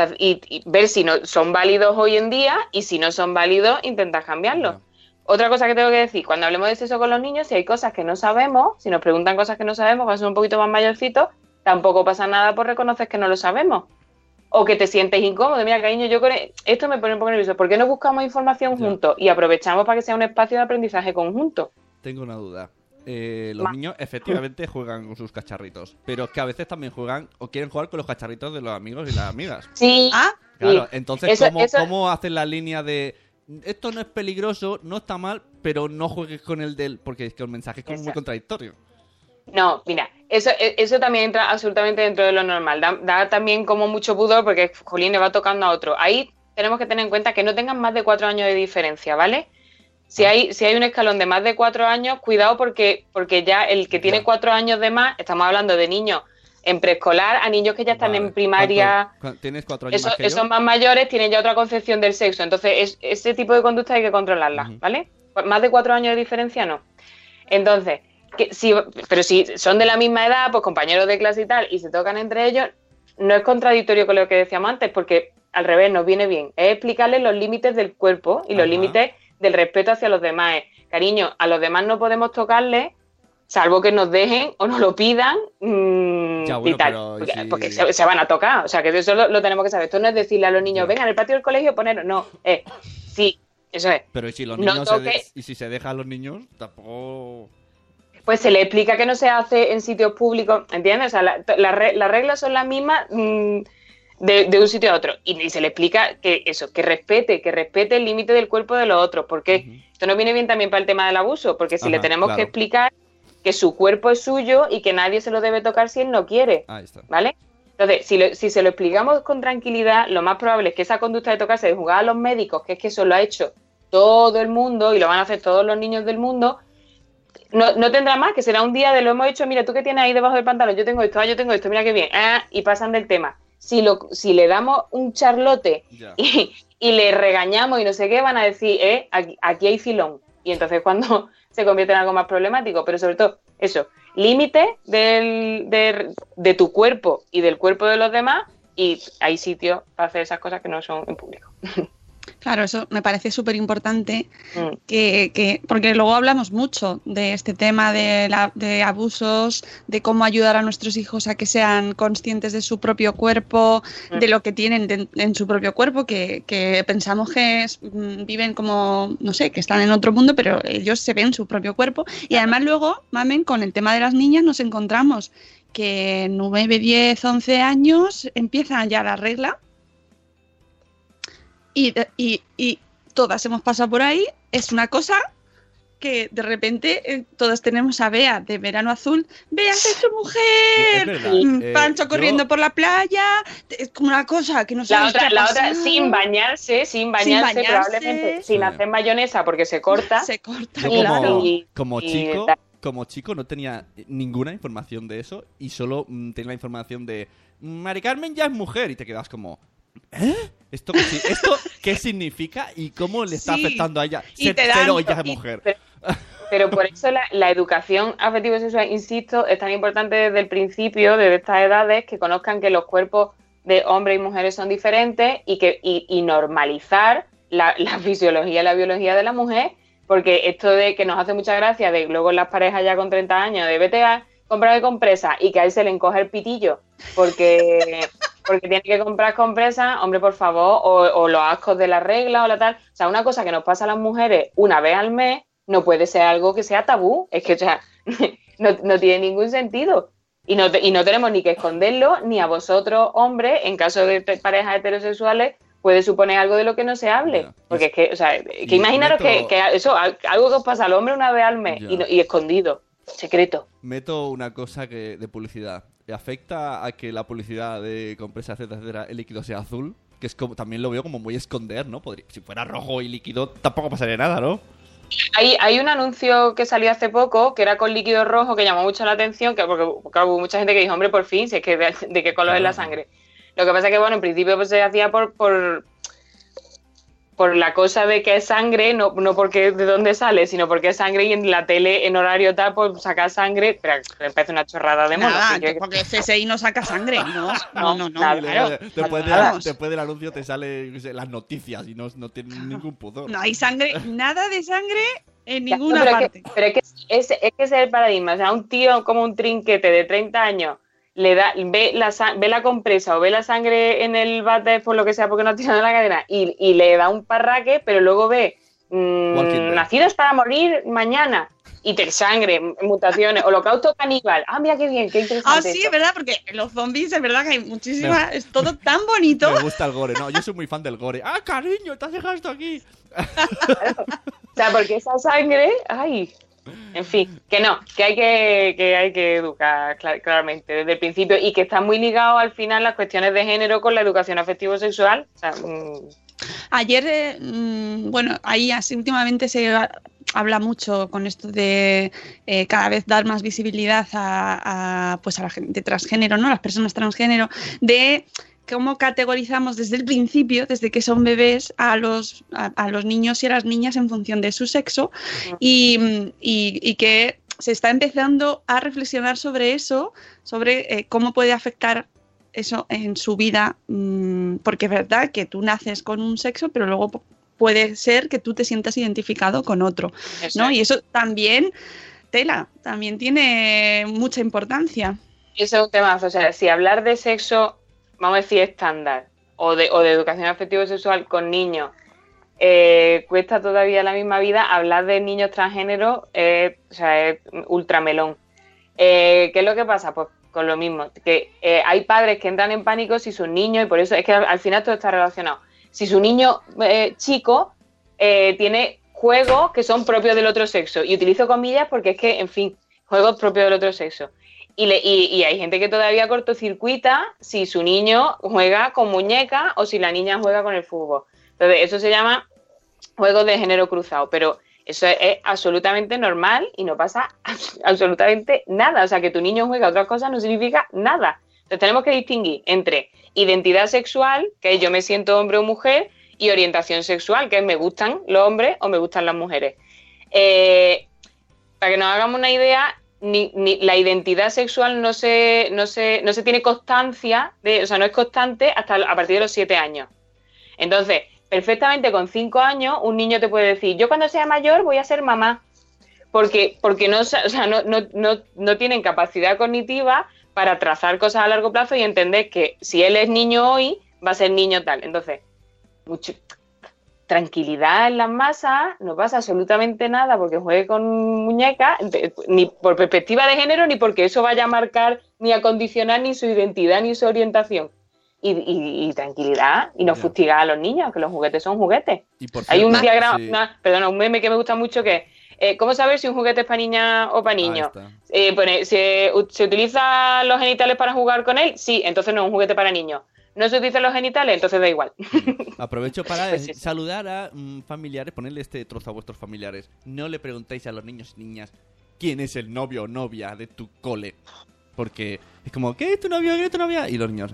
ver si no son válidos hoy en día, y si no son válidos, intentar cambiarlos. Otra cosa que tengo que decir, cuando hablemos de sexo con los niños, si hay cosas que no sabemos, si nos preguntan cosas que no sabemos, cuando son un poquito más mayorcitos, tampoco pasa nada por reconocer que no lo sabemos. O que te sientes incómodo. Mira, cariño, esto me pone un poco nervioso. ¿Por qué no buscamos información juntos y aprovechamos para que sea un espacio de aprendizaje conjunto? Tengo una duda. Los niños efectivamente juegan con sus cacharritos, pero es que a veces también juegan o quieren jugar con los cacharritos de los amigos y las amigas. Sí. Claro, sí. Entonces, ¿cómo hacen la línea de esto no es peligroso, no está mal, pero no juegues con el del... Porque es que el mensaje es como muy contradictorio. No, mira, eso también entra absolutamente dentro de lo normal. Da también como mucho pudor porque Jolín le va tocando a otro. Ahí tenemos que tener en cuenta que no tengan más de 4 años de diferencia, ¿vale? Si hay un escalón de más de 4 años, cuidado porque ya el que tiene 4 años de más, estamos hablando de niños en preescolar a niños que ya están en primaria. ¿Tienes 4 años más que yo? Esos más mayores tienen ya otra concepción del sexo. Entonces, ese tipo de conducta hay que controlarla, ¿vale? Más de 4 años de diferencia, no. Entonces, pero si son de la misma edad, pues compañeros de clase y tal, y se tocan entre ellos, no es contradictorio con lo que decíamos antes, porque al revés, nos viene bien. Es explicarles los límites del cuerpo y los límites del respeto hacia los demás. Cariño, a los demás no podemos tocarles, salvo que nos dejen o nos lo pidan y tal. Porque se van a tocar. O sea, que eso lo tenemos que saber. Esto no es decirle a los niños, venga, en el patio del colegio poner. No, sí, eso es. Pero ¿y si los niños si se deja a los niños, tampoco... Pues se le explica que no se hace en sitios públicos, ¿entiendes? O sea, las reglas son las mismas de un sitio a otro. Y se le explica que respete el límite del cuerpo de los otros. Porque esto nos viene bien también para el tema del abuso, porque si le tenemos que explicar que su cuerpo es suyo y que nadie se lo debe tocar si él no quiere. Ahí está. ¿Vale? Entonces, si se lo explicamos con tranquilidad, lo más probable es que esa conducta de tocarse, de jugar a los médicos, que es que eso lo ha hecho todo el mundo y lo van a hacer todos los niños del mundo, no tendrá más, que será un día de lo hemos hecho, mira, tú qué tienes ahí debajo del pantalón, yo tengo esto, yo tengo esto, mira qué bien, y pasan del tema. Si le damos un charlote y le regañamos y no sé qué, van a decir, aquí hay filón. Y entonces cuando se convierte en algo más problemático, pero sobre todo eso, límite de tu cuerpo y del cuerpo de los demás, y hay sitios para hacer esas cosas que no son en público. Claro, eso me parece súper importante, porque luego hablamos mucho de este tema de abusos, de cómo ayudar a nuestros hijos a que sean conscientes de su propio cuerpo, de lo que tienen en su propio cuerpo, que pensamos que viven como, no sé, que están en otro mundo, pero ellos se ven su propio cuerpo. Y además luego, mamen, con el tema de las niñas nos encontramos que en 9, 10, 11 años empiezan ya la regla. Y todas hemos pasado por ahí, es una cosa que de repente todas tenemos a Bea de Verano Azul. ¡Bea es hecho mujer! Pancho corriendo por la playa, es como una cosa que no sabes la otra sin bañarse, probablemente sin hacer mayonesa porque se corta. Yo claro. Como chico no tenía ninguna información de eso y solo tenía la información de Mari Carmen ya es mujer y te quedas como... ¿Esto qué significa y cómo le está afectando a ella ser o ella es mujer? Pero por eso la educación afectivo-sexual, insisto, es tan importante desde el principio, desde estas edades, que conozcan que los cuerpos de hombres y mujeres son diferentes y normalizar la fisiología y la biología de la mujer, porque esto de que nos hace mucha gracia de luego las parejas ya con 30 años de vete a comprar compresa y que a él se le encoge el pitillo porque tiene que comprar compresa, hombre, por favor, o los ascos de la regla o la tal. O sea, una cosa que nos pasa a las mujeres una vez al mes no puede ser algo que sea tabú. Es que, o sea, no tiene ningún sentido. Y no tenemos ni que esconderlo, ni a vosotros, hombres, en caso de parejas heterosexuales, puede suponer algo de lo que no se hable. Porque es que, o sea, que imaginaros que eso, algo que os pasa al hombre una vez al mes y escondido, secreto. Meto una cosa de publicidad. ¿Afecta a que la publicidad de compresa, etcétera, el líquido sea azul? Que es como, también lo veo como muy esconder, ¿no? Si fuera rojo y líquido, tampoco pasaría nada, ¿no? Hay un anuncio que salió hace poco, que era con líquido rojo, que llamó mucho la atención, porque hubo mucha gente que dijo, hombre, por fin, si es que de qué color es la sangre. Lo que pasa es que, bueno, en principio pues, se hacía por la cosa de que es sangre, no porque de dónde sale, sino porque es sangre y en la tele, en horario tal, pues saca sangre, pero me parece una chorrada de mono. Nada, porque CSI no saca sangre, no. Claro. Después del anuncio te salen las noticias y no tiene ningún pudor. No hay sangre, nada de sangre en ninguna parte. Pero es que ese es el paradigma, o sea, un tío como un trinquete de 30 años ve la compresa o ve la sangre en el váter por lo que sea porque no ha tirado la cadena y le da un parraque, pero luego ve nacidos para morir mañana y te sangre, mutaciones, holocausto caníbal. Mira qué bien, qué interesante. Sí, es verdad, porque los zombies es verdad que hay muchísimas, es todo tan bonito. Me gusta el gore, yo soy muy fan del gore. Cariño, te has dejado esto aquí. Claro. O sea, porque esa sangre, en fin, que hay que educar claramente desde el principio y que está muy ligado al final las cuestiones de género con la educación afectivo-sexual. O sea, Ayer, ahí así últimamente se habla mucho con esto de cada vez dar más visibilidad a la gente transgénero, ¿no? Las personas transgénero, de cómo categorizamos desde el principio, desde que son bebés, a los niños y a las niñas en función de su sexo y que se está empezando a reflexionar sobre eso, sobre cómo puede afectar eso en su vida, porque es verdad que tú naces con un sexo, pero luego puede ser que tú te sientas identificado con otro, ¿no? Y eso también, también tiene mucha importancia. Eso es un temazo, o sea, si hablar de sexo, vamos a decir estándar, o de educación afectivo-sexual con niños, cuesta todavía la misma vida, hablar de niños transgénero, es ultramelón. ¿Qué es lo que pasa? Pues con lo mismo, que hay padres que entran en pánico si sus niños, y por eso es que al final todo está relacionado, si su niño chico tiene juegos que son propios del otro sexo, y utilizo comillas porque es que, en fin, juegos propios del otro sexo. Y hay gente que todavía cortocircuita si su niño juega con muñeca o si la niña juega con el fútbol. Entonces, eso se llama juegos de género cruzado, pero eso es absolutamente normal y no pasa absolutamente nada. O sea, que tu niño juega a otras cosas no significa nada. Entonces tenemos que distinguir entre identidad sexual, que es yo me siento hombre o mujer, y orientación sexual, que es me gustan los hombres o me gustan las mujeres. Para que nos hagamos una idea, ni la identidad sexual no se tiene constancia, o sea, no es constante hasta a partir de los 7 años. Entonces, perfectamente con 5 años, un niño te puede decir, yo cuando sea mayor voy a ser mamá, porque no, o sea, no tienen capacidad cognitiva para trazar cosas a largo plazo y entender que si él es niño hoy, va a ser niño tal. Entonces, tranquilidad en las masas, no pasa absolutamente nada porque juegue con muñecas, ni por perspectiva de género, ni porque eso vaya a marcar ni a condicionar ni su identidad ni su orientación. Y tranquilidad, y no fustigar a los niños, que los juguetes son juguetes. Hay un diagrama, un meme que me gusta mucho que ¿cómo saber si un juguete es para niña o para niño? ¿Se utilizan los genitales para jugar con él? Sí, entonces no es un juguete para niños. ¿No se utilizan los genitales? Entonces da igual. Aprovecho para saludar a familiares, ponerle este trozo a vuestros familiares. No le preguntéis a los niños y niñas quién es el novio o novia de tu cole. Porque es como, ¿qué es tu novio? ¿Qué es tu novia? Y los niños.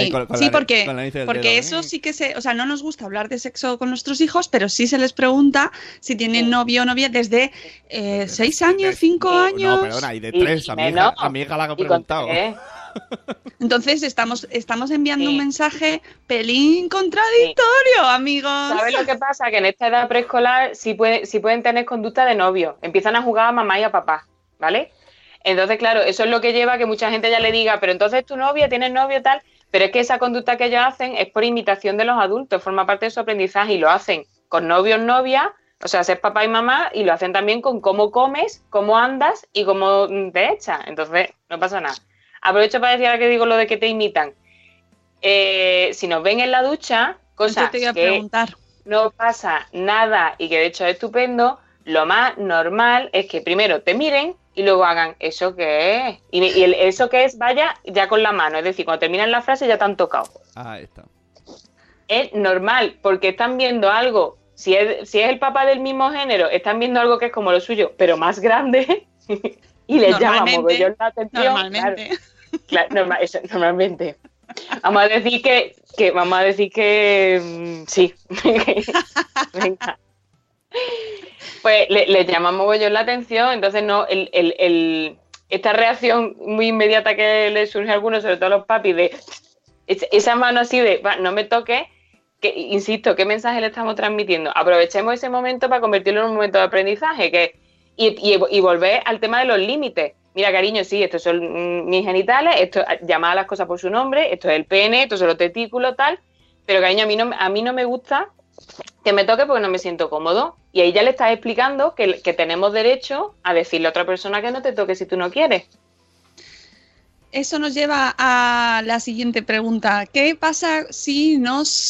Porque eso sí que o sea, no nos gusta hablar de sexo con nuestros hijos, pero sí se les pregunta si tienen novio o novia desde 6 años, 5 años. No, perdona, y de 3. A mi hija la ha preguntado. Entonces estamos enviando un mensaje pelín contradictorio, amigos. ¿Sabes lo que pasa? Que en esta edad preescolar sí pueden tener conducta de novio. Empiezan a jugar a mamá y a papá, ¿vale? Entonces, claro, eso es lo que lleva a que mucha gente ya le diga, pero entonces tu novia, tienes novio, tal. Pero es que esa conducta que ellos hacen es por imitación de los adultos, forma parte de su aprendizaje y lo hacen con novios, novias, o sea, ser papá y mamá, y lo hacen también con cómo comes, cómo andas y cómo te echas. Entonces, no pasa nada. Aprovecho para decir ahora que digo lo de que te imitan. Si nos ven en la ducha, cosas que no pasa nada y que de hecho es estupendo, lo más normal es que primero te miren y luego hagan ¿eso qué es? Y eso que es vaya ya con la mano, es decir, cuando terminan la frase ya te han tocado. Ahí está. Es normal, porque están viendo algo, si es el papá del mismo género, están viendo algo que es como lo suyo, pero más grande y les llama mogollón la atención. Normalmente. Claro, normalmente. Vamos a decir que sí. Venga. Pues le llama mogollón la atención, entonces no esta reacción muy inmediata que le surge a algunos, sobre todo a los papis, de esa mano así de no me toques, que insisto, ¿qué mensaje le estamos transmitiendo? Aprovechemos ese momento para convertirlo en un momento de aprendizaje y volver al tema de los límites. Mira, cariño, sí, estos son mis genitales, esto llamar a las cosas por su nombre, esto es el pene, estos son los testículos, tal, pero cariño, a mí no me gusta que me toque porque no me siento cómodo. Y ahí ya le estás explicando que tenemos derecho a decirle a otra persona que no te toque si tú no quieres. Eso nos lleva a la siguiente pregunta. ¿Qué pasa si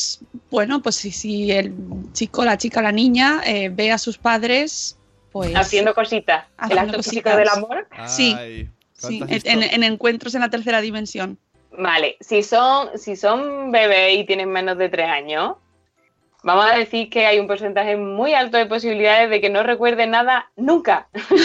si el chico, la chica, la niña ve a sus padres pues haciendo cositas? ¿El acto físico del amor? Sí, en encuentros en la tercera dimensión. Vale, si son bebés y tienen menos de 3 años, vamos a decir que hay un porcentaje muy alto de posibilidades de que no recuerden nada nunca.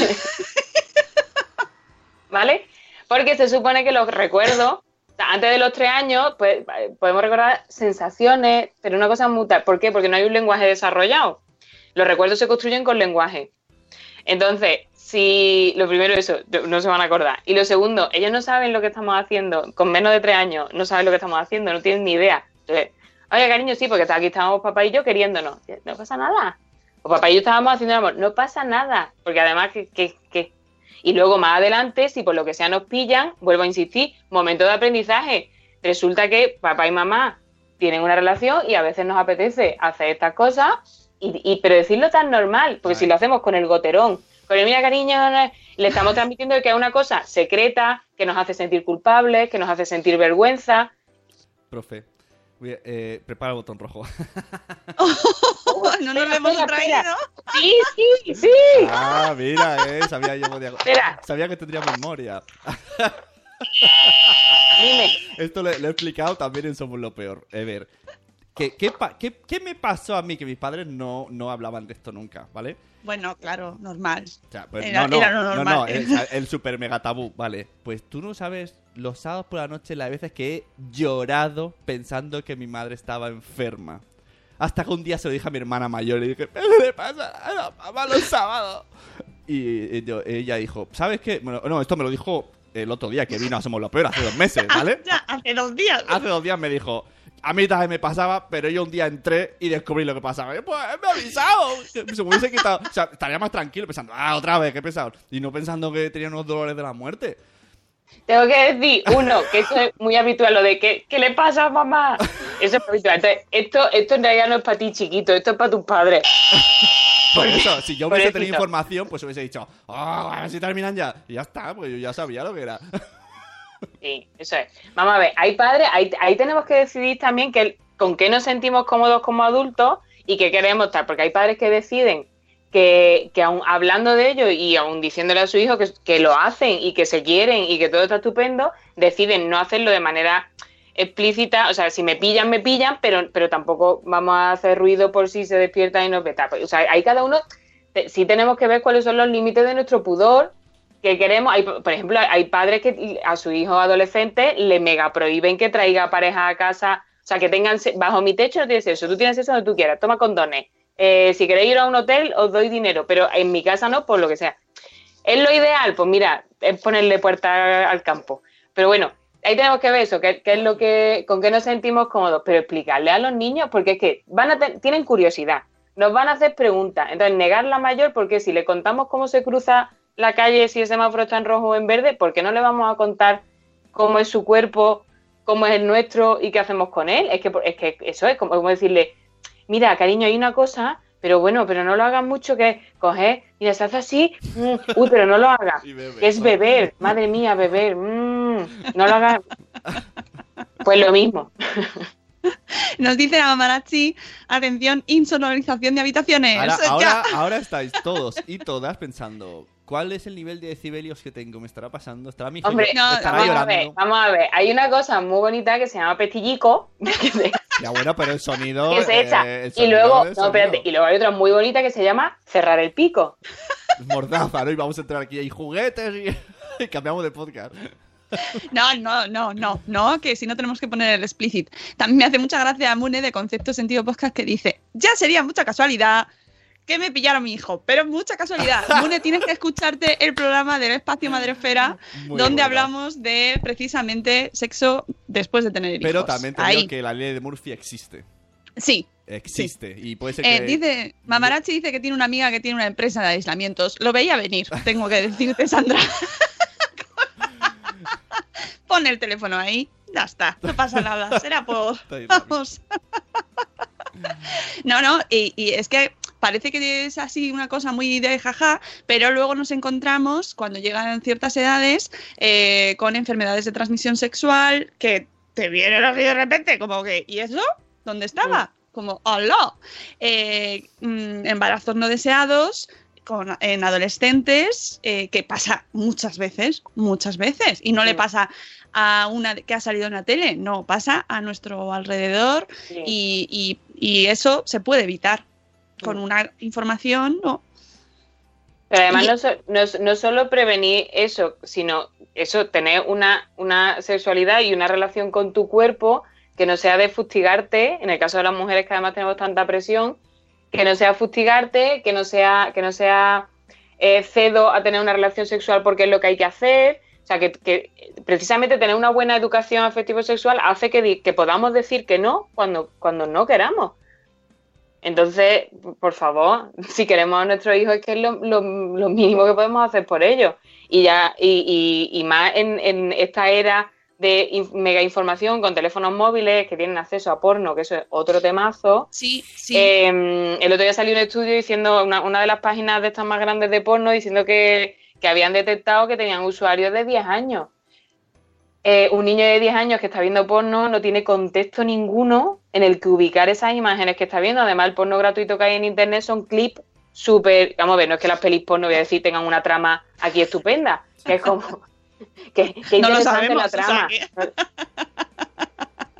¿Vale? Porque se supone que los recuerdos, antes de los 3 años, pues, podemos recordar sensaciones, pero una cosa muta. ¿Por qué? Porque no hay un lenguaje desarrollado. Los recuerdos se construyen con lenguaje. Entonces, lo primero eso, no se van a acordar. Y lo segundo, ellos no saben lo que estamos haciendo. Con menos de 3 años, no saben lo que estamos haciendo, no tienen ni idea. Entonces, oye, cariño, sí, porque aquí estábamos papá y yo queriéndonos. No pasa nada. O papá y yo estábamos haciendo el amor. No pasa nada. Porque además, ¿qué? Y luego más adelante, si por lo que sea nos pillan, vuelvo a insistir, momento de aprendizaje. Resulta que papá y mamá tienen una relación y a veces nos apetece hacer estas cosas, pero decirlo tan normal, porque si lo hacemos con el goterón, con el mira cariño, le estamos transmitiendo que es una cosa secreta, que nos hace sentir culpables, que nos hace sentir vergüenza. Profe, prepara el botón rojo. No nos lo hemos traído. Sí. Ah, mira, sabía que tendría memoria. Dime. Esto lo he explicado también en Somos lo Peor. A ver, ¿Qué me pasó a mí? Que mis padres no hablaban de esto nunca, ¿vale? Bueno, claro, normal. O sea, pues, Era lo normal. No, el super mega tabú, vale. Pues tú no sabes los sábados por la noche las veces que he llorado pensando que mi madre estaba enferma. Hasta que un día se lo dije a mi hermana mayor y dije, ¿qué le pasa a la mamá los sábados? Y ella dijo, ¿sabes qué? Bueno, no, esto me lo dijo el otro día que vino a Somos lo Peor, hace 2 meses, ¿vale? Ya, hace 2 días. Hace 2 días me dijo, a mí también me pasaba, pero yo un día entré y descubrí lo que pasaba. Y pues me ha avisado. Se me hubiese quitado. O sea, estaría más tranquilo pensando, otra vez, qué pesado. Y no pensando que tenía unos dolores de la muerte. Tengo que decir, uno, que eso es muy habitual, lo de ¿qué le pasa a mamá? Eso es muy habitual. Entonces, esto en realidad no es para ti, chiquito, esto es para tus padres. Por eso, si yo hubiese tenido información, pues hubiese dicho, a ver si terminan ya. Y ya está, pues yo ya sabía lo que era. Sí, eso es. Vamos a ver, hay padres, ahí tenemos que decidir también con qué nos sentimos cómodos como adultos y qué queremos estar, porque hay padres que deciden que aun hablando de ello y aun diciéndole a su hijo que lo hacen y que se quieren y que todo está estupendo, deciden no hacerlo de manera explícita. O sea, si me pillan, pero tampoco vamos a hacer ruido por si se despierta y nos ve. O sea, ahí cada uno sí tenemos que ver cuáles son los límites de nuestro pudor que queremos. Por ejemplo, hay padres que a su hijo adolescente le mega prohíben que traiga pareja a casa, o sea, que tengan bajo mi techo no tienes sexo, tú tienes sexo donde tú quieras, toma condones. Si queréis ir a un hotel, os doy dinero, pero en mi casa no, por lo que sea. ¿Es lo ideal? Pues mira, es ponerle puerta al campo. Pero bueno, ahí tenemos que ver eso, qué es lo que, con qué nos sentimos cómodos, pero explicarle a los niños, porque es que tienen curiosidad, nos van a hacer preguntas. Entonces, negar la mayor, porque si le contamos cómo se cruza la calle, si el semáforo está en rojo o en verde, ¿por qué no le vamos a contar cómo es su cuerpo, cómo es el nuestro y qué hacemos con él? Es que eso es como decirle, mira, cariño, hay una cosa, pero bueno, pero no lo hagas mucho, que coger, mira, se hace así, pero no lo hagas, que es beber, madre mía, beber, no lo hagas. Pues lo mismo. Nos dice la Mamarazzi, atención, insonorización de habitaciones. Ahora estáis todos y todas pensando, ¿cuál es el nivel de decibelios que tengo? ¿Me estará pasando? ¿Estará mi Hombre, estará llorando? Vamos a ver. Hay una cosa muy bonita que se llama pestillico. Ya bueno, pero el sonido... que se echa. Y luego hay otra muy bonita que se llama cerrar el pico. Mordaza, ¿no? Y vamos a entrar aquí, hay juguetes y cambiamos de podcast. No, que si no tenemos que poner el explicit. También me hace mucha gracia a Mune de Concepto Sentido Podcast que dice, ya sería mucha casualidad que me pillara mi hijo, pero mucha casualidad. Mune, tienes que escucharte el programa del Espacio Madresfera, donde hablamos de precisamente sexo después de tener hijos. Pero también te digo que la ley de Murphy existe. Sí. Existe. Y puede ser que... Dice, Mamarazzi dice que tiene una amiga que tiene una empresa de aislamientos. Lo veía venir, tengo que decirte, Sandra. Pon el teléfono ahí, ya está, no pasa nada, será por... Vamos. No, y es que parece que es así una cosa muy de jaja, pero luego nos encontramos, cuando llegan ciertas edades, con enfermedades de transmisión sexual, que te vienen así de repente, como que, ¿y eso? ¿Dónde estaba? Como, ¡hola! Embarazos no deseados... en adolescentes, que pasa muchas veces, y no le pasa a una que ha salido en la tele, no, pasa a nuestro alrededor y eso se puede evitar con una información, ¿no? Pero además no solo prevenir eso, sino eso, tener una sexualidad y una relación con tu cuerpo que no sea de fustigarte, en el caso de las mujeres que además tenemos tanta presión, que no sea fustigarte, que no sea cedo a tener una relación sexual porque es lo que hay que hacer. O sea, que precisamente tener una buena educación afectivo-sexual hace que podamos decir que no cuando no queramos. Entonces, por favor, si queremos a nuestros hijos, es que es lo mínimo que podemos hacer por ellos. Y más en esta era de mega información con teléfonos móviles que tienen acceso a porno, que eso es otro temazo. Sí. El otro día salió un estudio diciendo, una de las páginas de estas más grandes de porno, diciendo que habían detectado que tenían usuarios de 10 años. Un niño de 10 años que está viendo porno no tiene contexto ninguno en el que ubicar esas imágenes que está viendo. Además, el porno gratuito que hay en internet son clips súper... Vamos a ver, no es que las pelis porno, voy a decir, tengan una trama aquí estupenda, que es como... que no lo sabemos, la trama. o sea,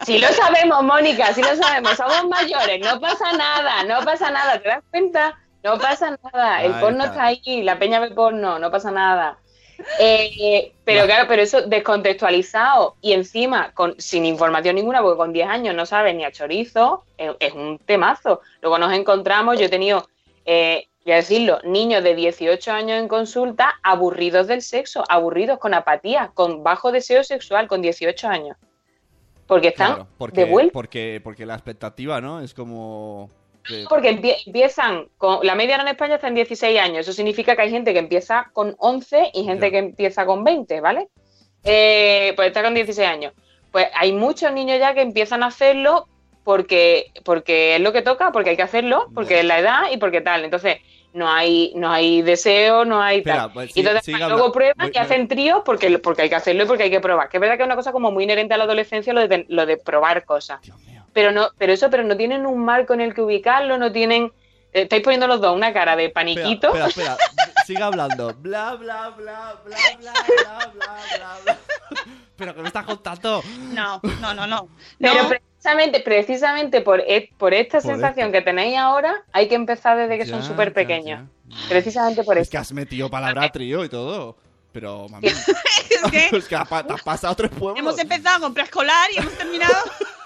Si lo sabemos, Mónica, si lo sabemos, somos mayores, no pasa nada, ¿te das cuenta? No pasa nada, el porno está ahí, la peña ve porno, no pasa nada. Pero claro, pero eso descontextualizado y encima sin información ninguna, porque con 10 años no sabes ni a chorizo, es un temazo. Luego nos encontramos, yo he tenido, voy a decirlo, niños de 18 años en consulta aburridos del sexo, aburridos, con apatía, con bajo deseo sexual, con 18 años. Porque están de vuelta. Porque la expectativa, ¿no? Es como... Porque empiezan, la media en España está en 16 años, eso significa que hay gente que empieza con 11 y gente que empieza con 20, ¿vale? Pues está con 16 años. Pues hay muchos niños ya que empiezan a hacerlo porque es lo que toca, porque hay que hacerlo, porque es la edad y porque tal. Entonces, no hay deseo, no hay tal. Pues, y entonces luego prueban y hacen tríos porque hay que hacerlo y porque hay que probar. Que es verdad que es una cosa como muy inherente a la adolescencia lo de probar cosas. Pero no tienen un marco en el que ubicarlo, no tienen... Estáis poniendo los dos una cara de paniquito. Espera, siga hablando. Bla, bla, bla, bla, bla, bla, bla, bla, bla. ¿Pero qué me estás contando? No. Pero precisamente por esta sensación que tenéis ahora, hay que empezar desde que son súper pequeños. Precisamente por eso. Es que has metido palabra trío y todo. Pero, mami... es que te has pasado 3 pueblos. Hemos empezado con preescolar y hemos terminado...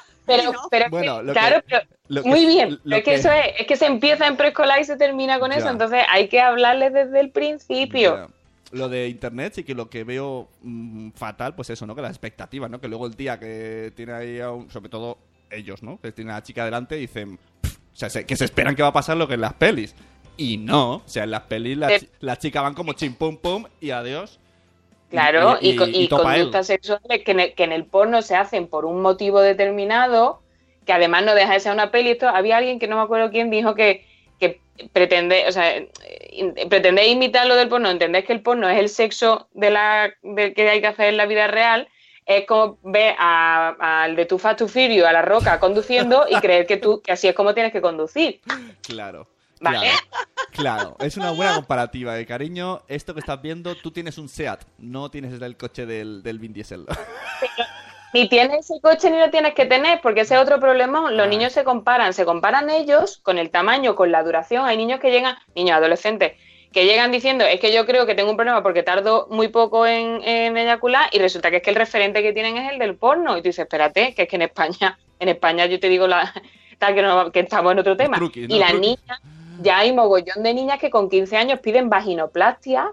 Muy bien, es que se empieza en preescolar y se termina con eso, entonces hay que hablarles desde el principio. Ya. Lo de internet sí que lo que veo fatal, pues eso, ¿no? Que las expectativas, ¿no? Que luego el día que tiene ahí, sobre todo ellos, ¿no? Que tiene a la chica delante y dicen, o sea, que se esperan que va a pasar lo que en las pelis. Y no, o sea, en las pelis las chicas van como chim pum pum y adiós. Claro, y conductas sexuales que en el porno se hacen por un motivo determinado, que además no deja de ser una peli. Había alguien que no me acuerdo quién dijo que pretende imitar lo del porno, entendés que el porno es el sexo que hay que hacer en la vida real. Es como ver al de Too Fast, Too Furious, a La Roca conduciendo y creer que así es como tienes que conducir. Claro. ¿Vale? Claro, es una buena comparativa, cariño. Esto que estás viendo, tú tienes un SEAT, no tienes el coche del Vin Diesel. Ni tienes ese coche ni lo tienes que tener, porque ese es otro problema. Los niños se comparan ellos con el tamaño, con la duración. Hay niños niños adolescentes, que llegan diciendo, es que yo creo que tengo un problema porque tardo muy poco en eyacular, y resulta que es que el referente que tienen es el del porno. Y tú dices, espérate, que es que en España yo te digo que estamos en otro tema. Y las niñas... Ya hay mogollón de niñas que con 15 años piden vaginoplastia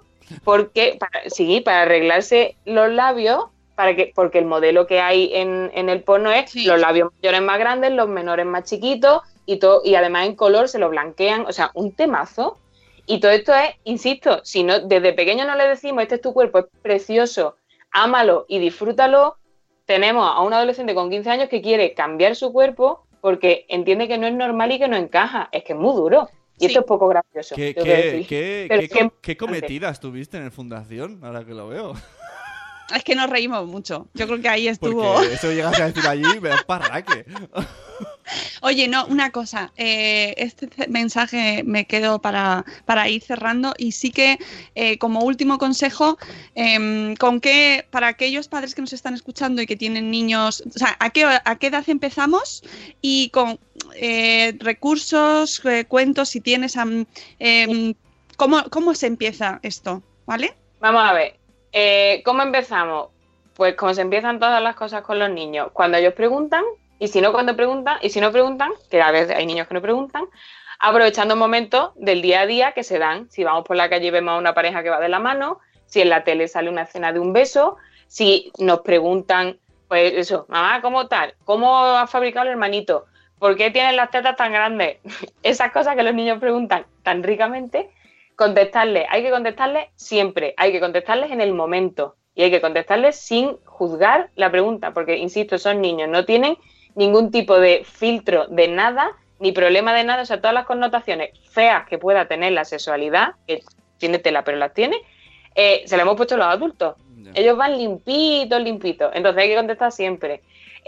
para arreglarse los labios, porque el modelo que hay en el porno es los labios mayores más grandes, los menores más chiquitos, y además en color se lo blanquean, o sea, un temazo. Y todo esto es, insisto, si no desde pequeño no le decimos, este es tu cuerpo, es precioso, ámalo y disfrútalo, tenemos a un adolescente con 15 años que quiere cambiar su cuerpo porque entiende que no es normal y que no encaja. Es que es muy duro. Y esto es poco gracioso. ¿Qué cometidas tuviste en el Fundación? Ahora que lo veo. Es que nos reímos mucho. Yo creo que ahí estuvo... Porque eso llegas a decir allí, me da parraque. Oye, no, una cosa. Este mensaje me quedo para ir cerrando. Y sí que, como último consejo, para aquellos padres que nos están escuchando y que tienen niños... O sea, ¿a qué edad empezamos? Y con recursos, cuentos, si tienes... ¿cómo se empieza esto? ¿Vale? Vamos a ver. ¿Cómo empezamos? Pues como se empiezan todas las cosas con los niños. Cuando ellos preguntan, y si no cuando preguntan, y si no preguntan, que a veces hay niños que no preguntan, aprovechando momentos del día a día que se dan. Si vamos por la calle y vemos a una pareja que va de la mano, si en la tele sale una escena de un beso, si nos preguntan, pues eso, mamá, ¿cómo tal? ¿Cómo has fabricado el hermanito? ¿Por qué tienes las tetas tan grandes? Esas cosas que los niños preguntan tan ricamente. Hay que contestarles siempre, hay que contestarles en el momento y hay que contestarles sin juzgar la pregunta, porque, insisto, son niños, no tienen ningún tipo de filtro de nada, ni problema de nada, o sea, todas las connotaciones feas que pueda tener la sexualidad, que tiene tela pero las tiene, se las hemos puesto a los adultos. Ellos van limpitos, entonces hay que contestar siempre.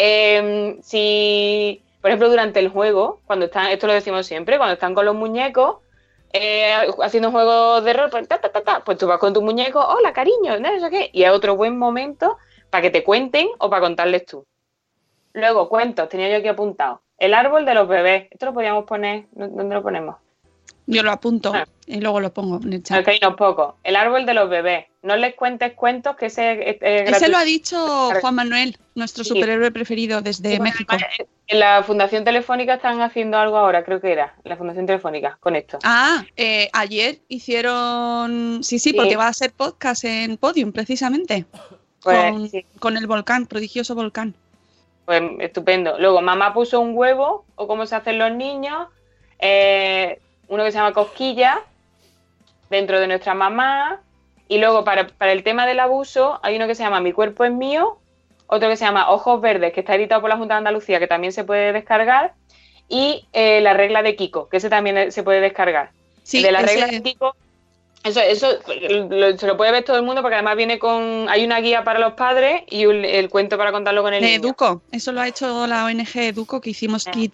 Si, por ejemplo, durante el juego, cuando están, esto lo decimos siempre, cuando están con los muñecos, haciendo un juego de rol, pues tú vas con tu muñeco, hola cariño, no sé qué, y es otro buen momento para que te cuenten o para contarles tú. Luego, cuentos, tenía yo aquí apuntado. El árbol de los bebés. Esto lo podríamos poner. ¿Dónde lo ponemos? Yo lo apunto y luego lo pongo en el chat. Ok, no poco. El árbol de los bebés. No les cuentes cuentos, que Ese lo ha dicho Juan Manuel, nuestro Sí. superhéroe preferido desde Sí, México. En la Fundación Telefónica están haciendo algo ahora, creo que era. La Fundación Telefónica, con esto. Ayer hicieron... Sí, porque va a ser podcast en Podium, precisamente. Pues, sí. Con el volcán, prodigioso volcán. Pues estupendo. Luego, mamá puso un huevo, o cómo se hacen los niños. Uno que se llama Cosquilla, dentro de nuestra mamá. Y luego, para el tema del abuso, hay uno que se llama Mi cuerpo es mío, otro que se llama Ojos verdes, que está editado por la Junta de Andalucía, que también se puede descargar. Y la regla de Kiko, que ese también se puede descargar. Sí, de la regla de Kiko, eso se lo puede ver todo el mundo, porque además viene hay una guía para los padres y el cuento para contarlo con el de niño. Educo, eso lo ha hecho la ONG Educo, que hicimos kit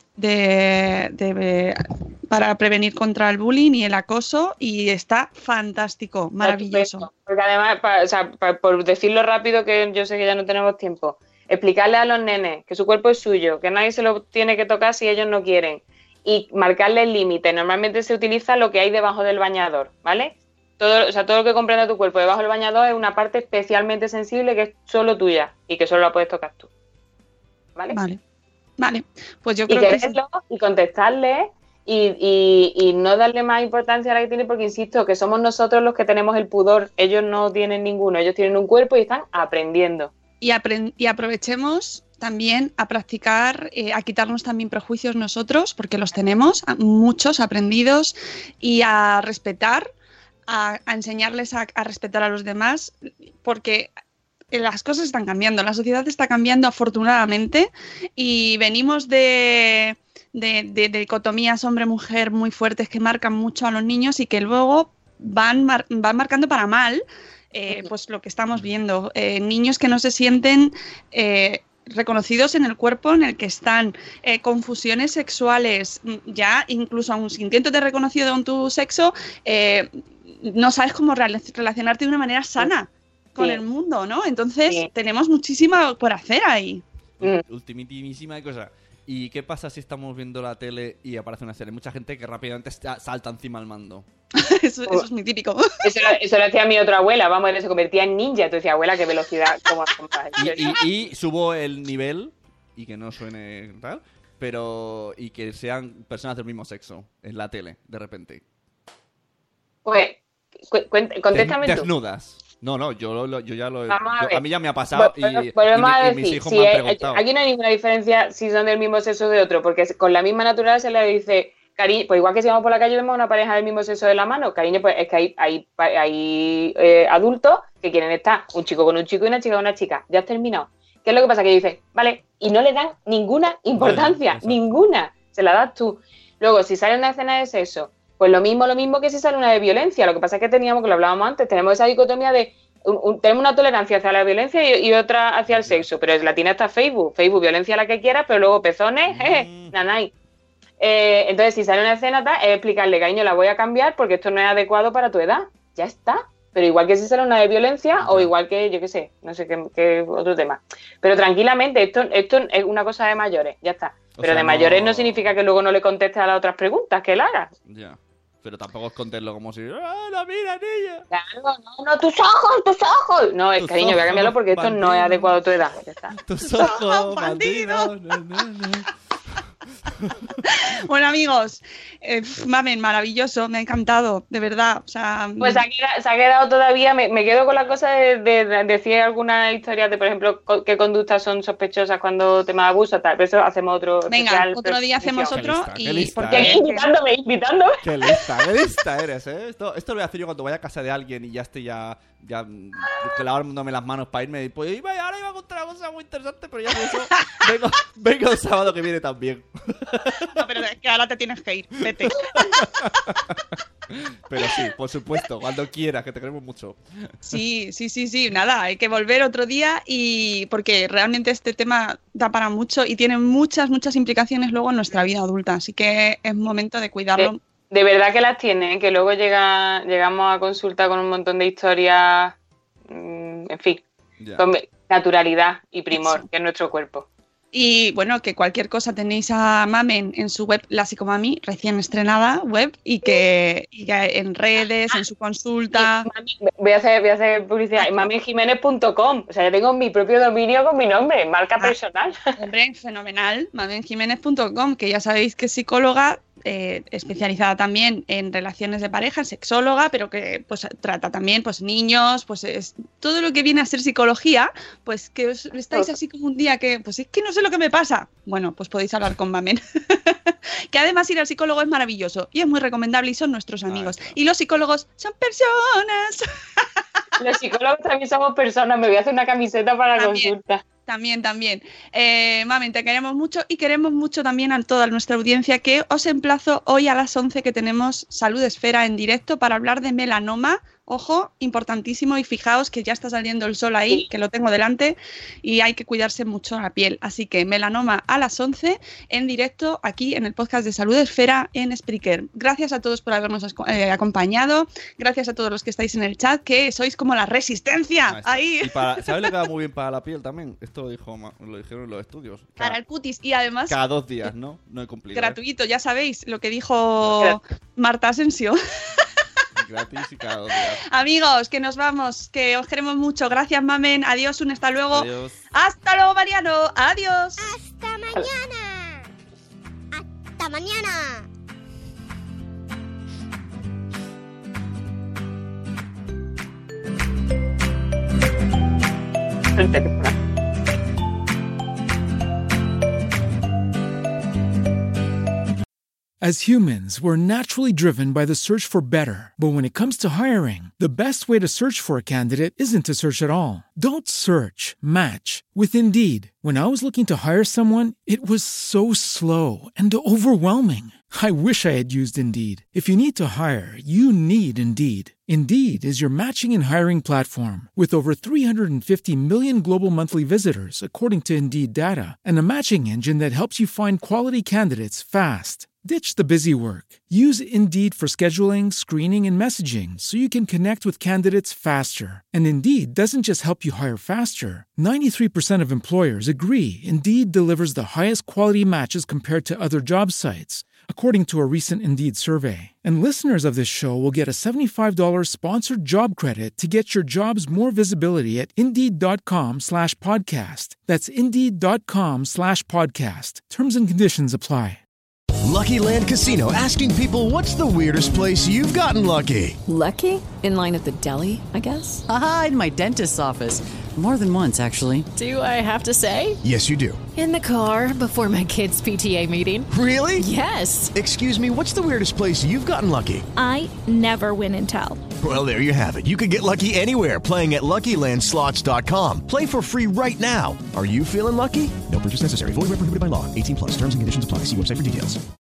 para prevenir contra el bullying y el acoso, y está fantástico, maravilloso. Porque además, por decirlo rápido, que yo sé que ya no tenemos tiempo, explicarle a los nenes que su cuerpo es suyo, que nadie se lo tiene que tocar si ellos no quieren, y marcarle el límite. Normalmente se utiliza lo que hay debajo del bañador, ¿vale? Todo lo que comprende tu cuerpo debajo del bañador es una parte especialmente sensible que es solo tuya y que solo la puedes tocar tú. ¿Vale? Vale. Pues yo Y creo que quererlo y contestarle y no darle más importancia a la que tiene, porque insisto que somos nosotros los que tenemos el pudor. Ellos no tienen ninguno, ellos tienen un cuerpo y están aprendiendo. Y aprovechemos también a practicar, a quitarnos también prejuicios nosotros, porque los tenemos, muchos aprendidos, y a respetar, a enseñarles a respetar a los demás, porque las cosas están cambiando, la sociedad está cambiando afortunadamente, y venimos de dicotomías hombre-mujer muy fuertes que marcan mucho a los niños y que luego van marcando para mal. Pues lo que estamos viendo, niños que no se sienten reconocidos en el cuerpo en el que están, confusiones sexuales, ya incluso aun sintiéndote reconocido en tu sexo, no sabes cómo relacionarte de una manera sana con el mundo, ¿no? Entonces tenemos muchísimo por hacer ahí. Ultimísima cosa. ¿Y qué pasa si estamos viendo la tele y aparece una serie? Mucha gente que rápidamente salta encima al mando. Eso es muy típico. Eso lo hacía mi otra abuela, vamos, él se convertía en ninja. Tú decías, abuela, qué velocidad, cómo y subo el nivel, y que no suene tal, pero y que sean personas del mismo sexo en la tele, de repente. Pues, contéstame tú. Desnudas. No, yo ya lo he... A mí ya me ha pasado volvemos a decir, mis hijos me han preguntado. aquí no hay ninguna diferencia si son del mismo sexo o de otro, porque con la misma naturaleza se le dice, cariño, pues igual que si vamos por la calle y vemos una pareja del mismo sexo de la mano, cariño, pues es que hay adultos que quieren estar, un chico con un chico y una chica con una chica. Ya has terminado. ¿Qué es lo que pasa? Que dice, vale, y no le dan ninguna importancia, ninguna, se la das tú. Luego, si sale una escena de sexo, pues lo mismo que si sale una de violencia. Lo que pasa es que teníamos, que lo hablábamos antes, tenemos esa dicotomía de tenemos una tolerancia hacia la violencia y otra hacia el sexo, pero la tiene hasta Facebook, violencia la que quieras, pero luego pezones, nanay. Entonces, si sale una escena, es explicarle, cariño, la voy a cambiar porque esto no es adecuado para tu edad, ya está. Pero igual que si sale una de violencia o igual que, yo qué sé, no sé qué otro tema. Pero tranquilamente, esto es una cosa de mayores, ya está. Pero de mayores no significa que luego no le contestes a las otras preguntas que él haga. Ya. Pero tampoco esconderlo como si... ¡Ah, la mira, niña! Claro, no, tus ojos. No, es cariño, voy a cambiarlo porque esto no es adecuado a tu edad. Ya está. Tus ojos, bandidos. Bueno, amigos, mamen, maravilloso, me ha encantado, de verdad. O sea, pues se ha quedado todavía, me quedo con la cosa de decir algunas historias de, por ejemplo, qué conductas son sospechosas cuando tema de abuso, tal. Pero eso hacemos otro. Venga, especial, otro día hacemos otro. Qué lista, porque invitándome. Qué lista eres, ¿eh? Esto lo voy a hacer yo cuando vaya a casa de alguien y ya esté ya lavándome las manos para irme. Pues ahora iba a contar una cosa muy interesante, pero ya por eso vengo el sábado que viene también. No, pero es que ahora te tienes que ir, vete. Pero sí, por supuesto, cuando quieras, que te queremos mucho. Sí, nada, hay que volver otro día y porque realmente este tema da para mucho y tiene muchas implicaciones luego en nuestra vida adulta, así que es momento de cuidarlo. De verdad que las tiene, que luego llegamos a consulta con un montón de historias, en fin, con naturalidad y primor, que es nuestro cuerpo. Y bueno, que cualquier cosa tenéis a Mamen en su web, La Psicomami, recién estrenada web, y que en redes, en su consulta. Voy a hacer publicidad. mamenjiménez.com. O sea, yo tengo mi propio dominio con mi nombre, marca personal. Hombre, fenomenal. mamenjiménez.com, que ya sabéis que es psicóloga. Especializada también en relaciones de pareja, sexóloga, pero que pues trata también pues niños, pues es todo lo que viene a ser psicología, pues que estáis así como un día que pues es que no sé lo que me pasa. Bueno, pues podéis hablar con Mamen. Que además ir al psicólogo es maravilloso y es muy recomendable y son nuestros amigos. Y los psicólogos son personas. Los psicólogos también somos personas. Me voy a hacer una camiseta para la consulta. También. Mamen, te queremos mucho y queremos mucho también a toda nuestra audiencia, que os emplazo hoy a las 11 que tenemos Salud Esfera en directo para hablar de melanoma. Ojo, importantísimo, y fijaos que ya está saliendo el sol ahí, que lo tengo delante, y hay que cuidarse mucho la piel. Así que melanoma a las 11 en directo aquí en el podcast de Salud Esfera en Spreaker. Gracias a todos por habernos acompañado, gracias a todos los que estáis en el chat, que sois como la resistencia ahí. Y ¿sabes lo que va muy bien para la piel también? Esto lo dijeron en los estudios. Para el cutis, y además cada 2 días, ¿no? No he cumplido. Gratuito, ya sabéis lo que dijo Marta Asensio. Gratis y cada 2 días. Amigos, que nos vamos, que os queremos mucho. Gracias, Mamen. Adiós, hasta luego. Adiós. Hasta luego, Mariano. Adiós. Hasta mañana. Hasta mañana. As humans, we're naturally driven by the search for better. But when it comes to hiring, the best way to search for a candidate isn't to search at all. Don't search, match with Indeed. When I was looking to hire someone, it was so slow and overwhelming. I wish I had used Indeed. If you need to hire, you need Indeed. Indeed is your matching and hiring platform with over 350 million global monthly visitors, according to Indeed data, and a matching engine that helps you find quality candidates fast. Ditch the busy work. Use Indeed for scheduling, screening, and messaging so you can connect with candidates faster. And Indeed doesn't just help you hire faster. 93% of employers agree Indeed delivers the highest quality matches compared to other job sites, according to a recent Indeed survey. And listeners of this show will get a $75 sponsored job credit to get your jobs more visibility at Indeed.com/podcast. That's Indeed.com/podcast. Terms and conditions apply. Lucky Land Casino, asking people, what's the weirdest place you've gotten lucky? Lucky? In line at the deli, I guess? Aha, in my dentist's office. More than once, actually. Do I have to say? Yes, you do. In the car before my kids' PTA meeting. Really? Yes. Excuse me, what's the weirdest place you've gotten lucky? I never win and tell. Well, there you have it. You can get lucky anywhere, playing at LuckyLandSlots.com. Play for free right now. Are you feeling lucky? No purchase necessary. Void where prohibited by law. 18+. Terms and conditions apply. See website for details.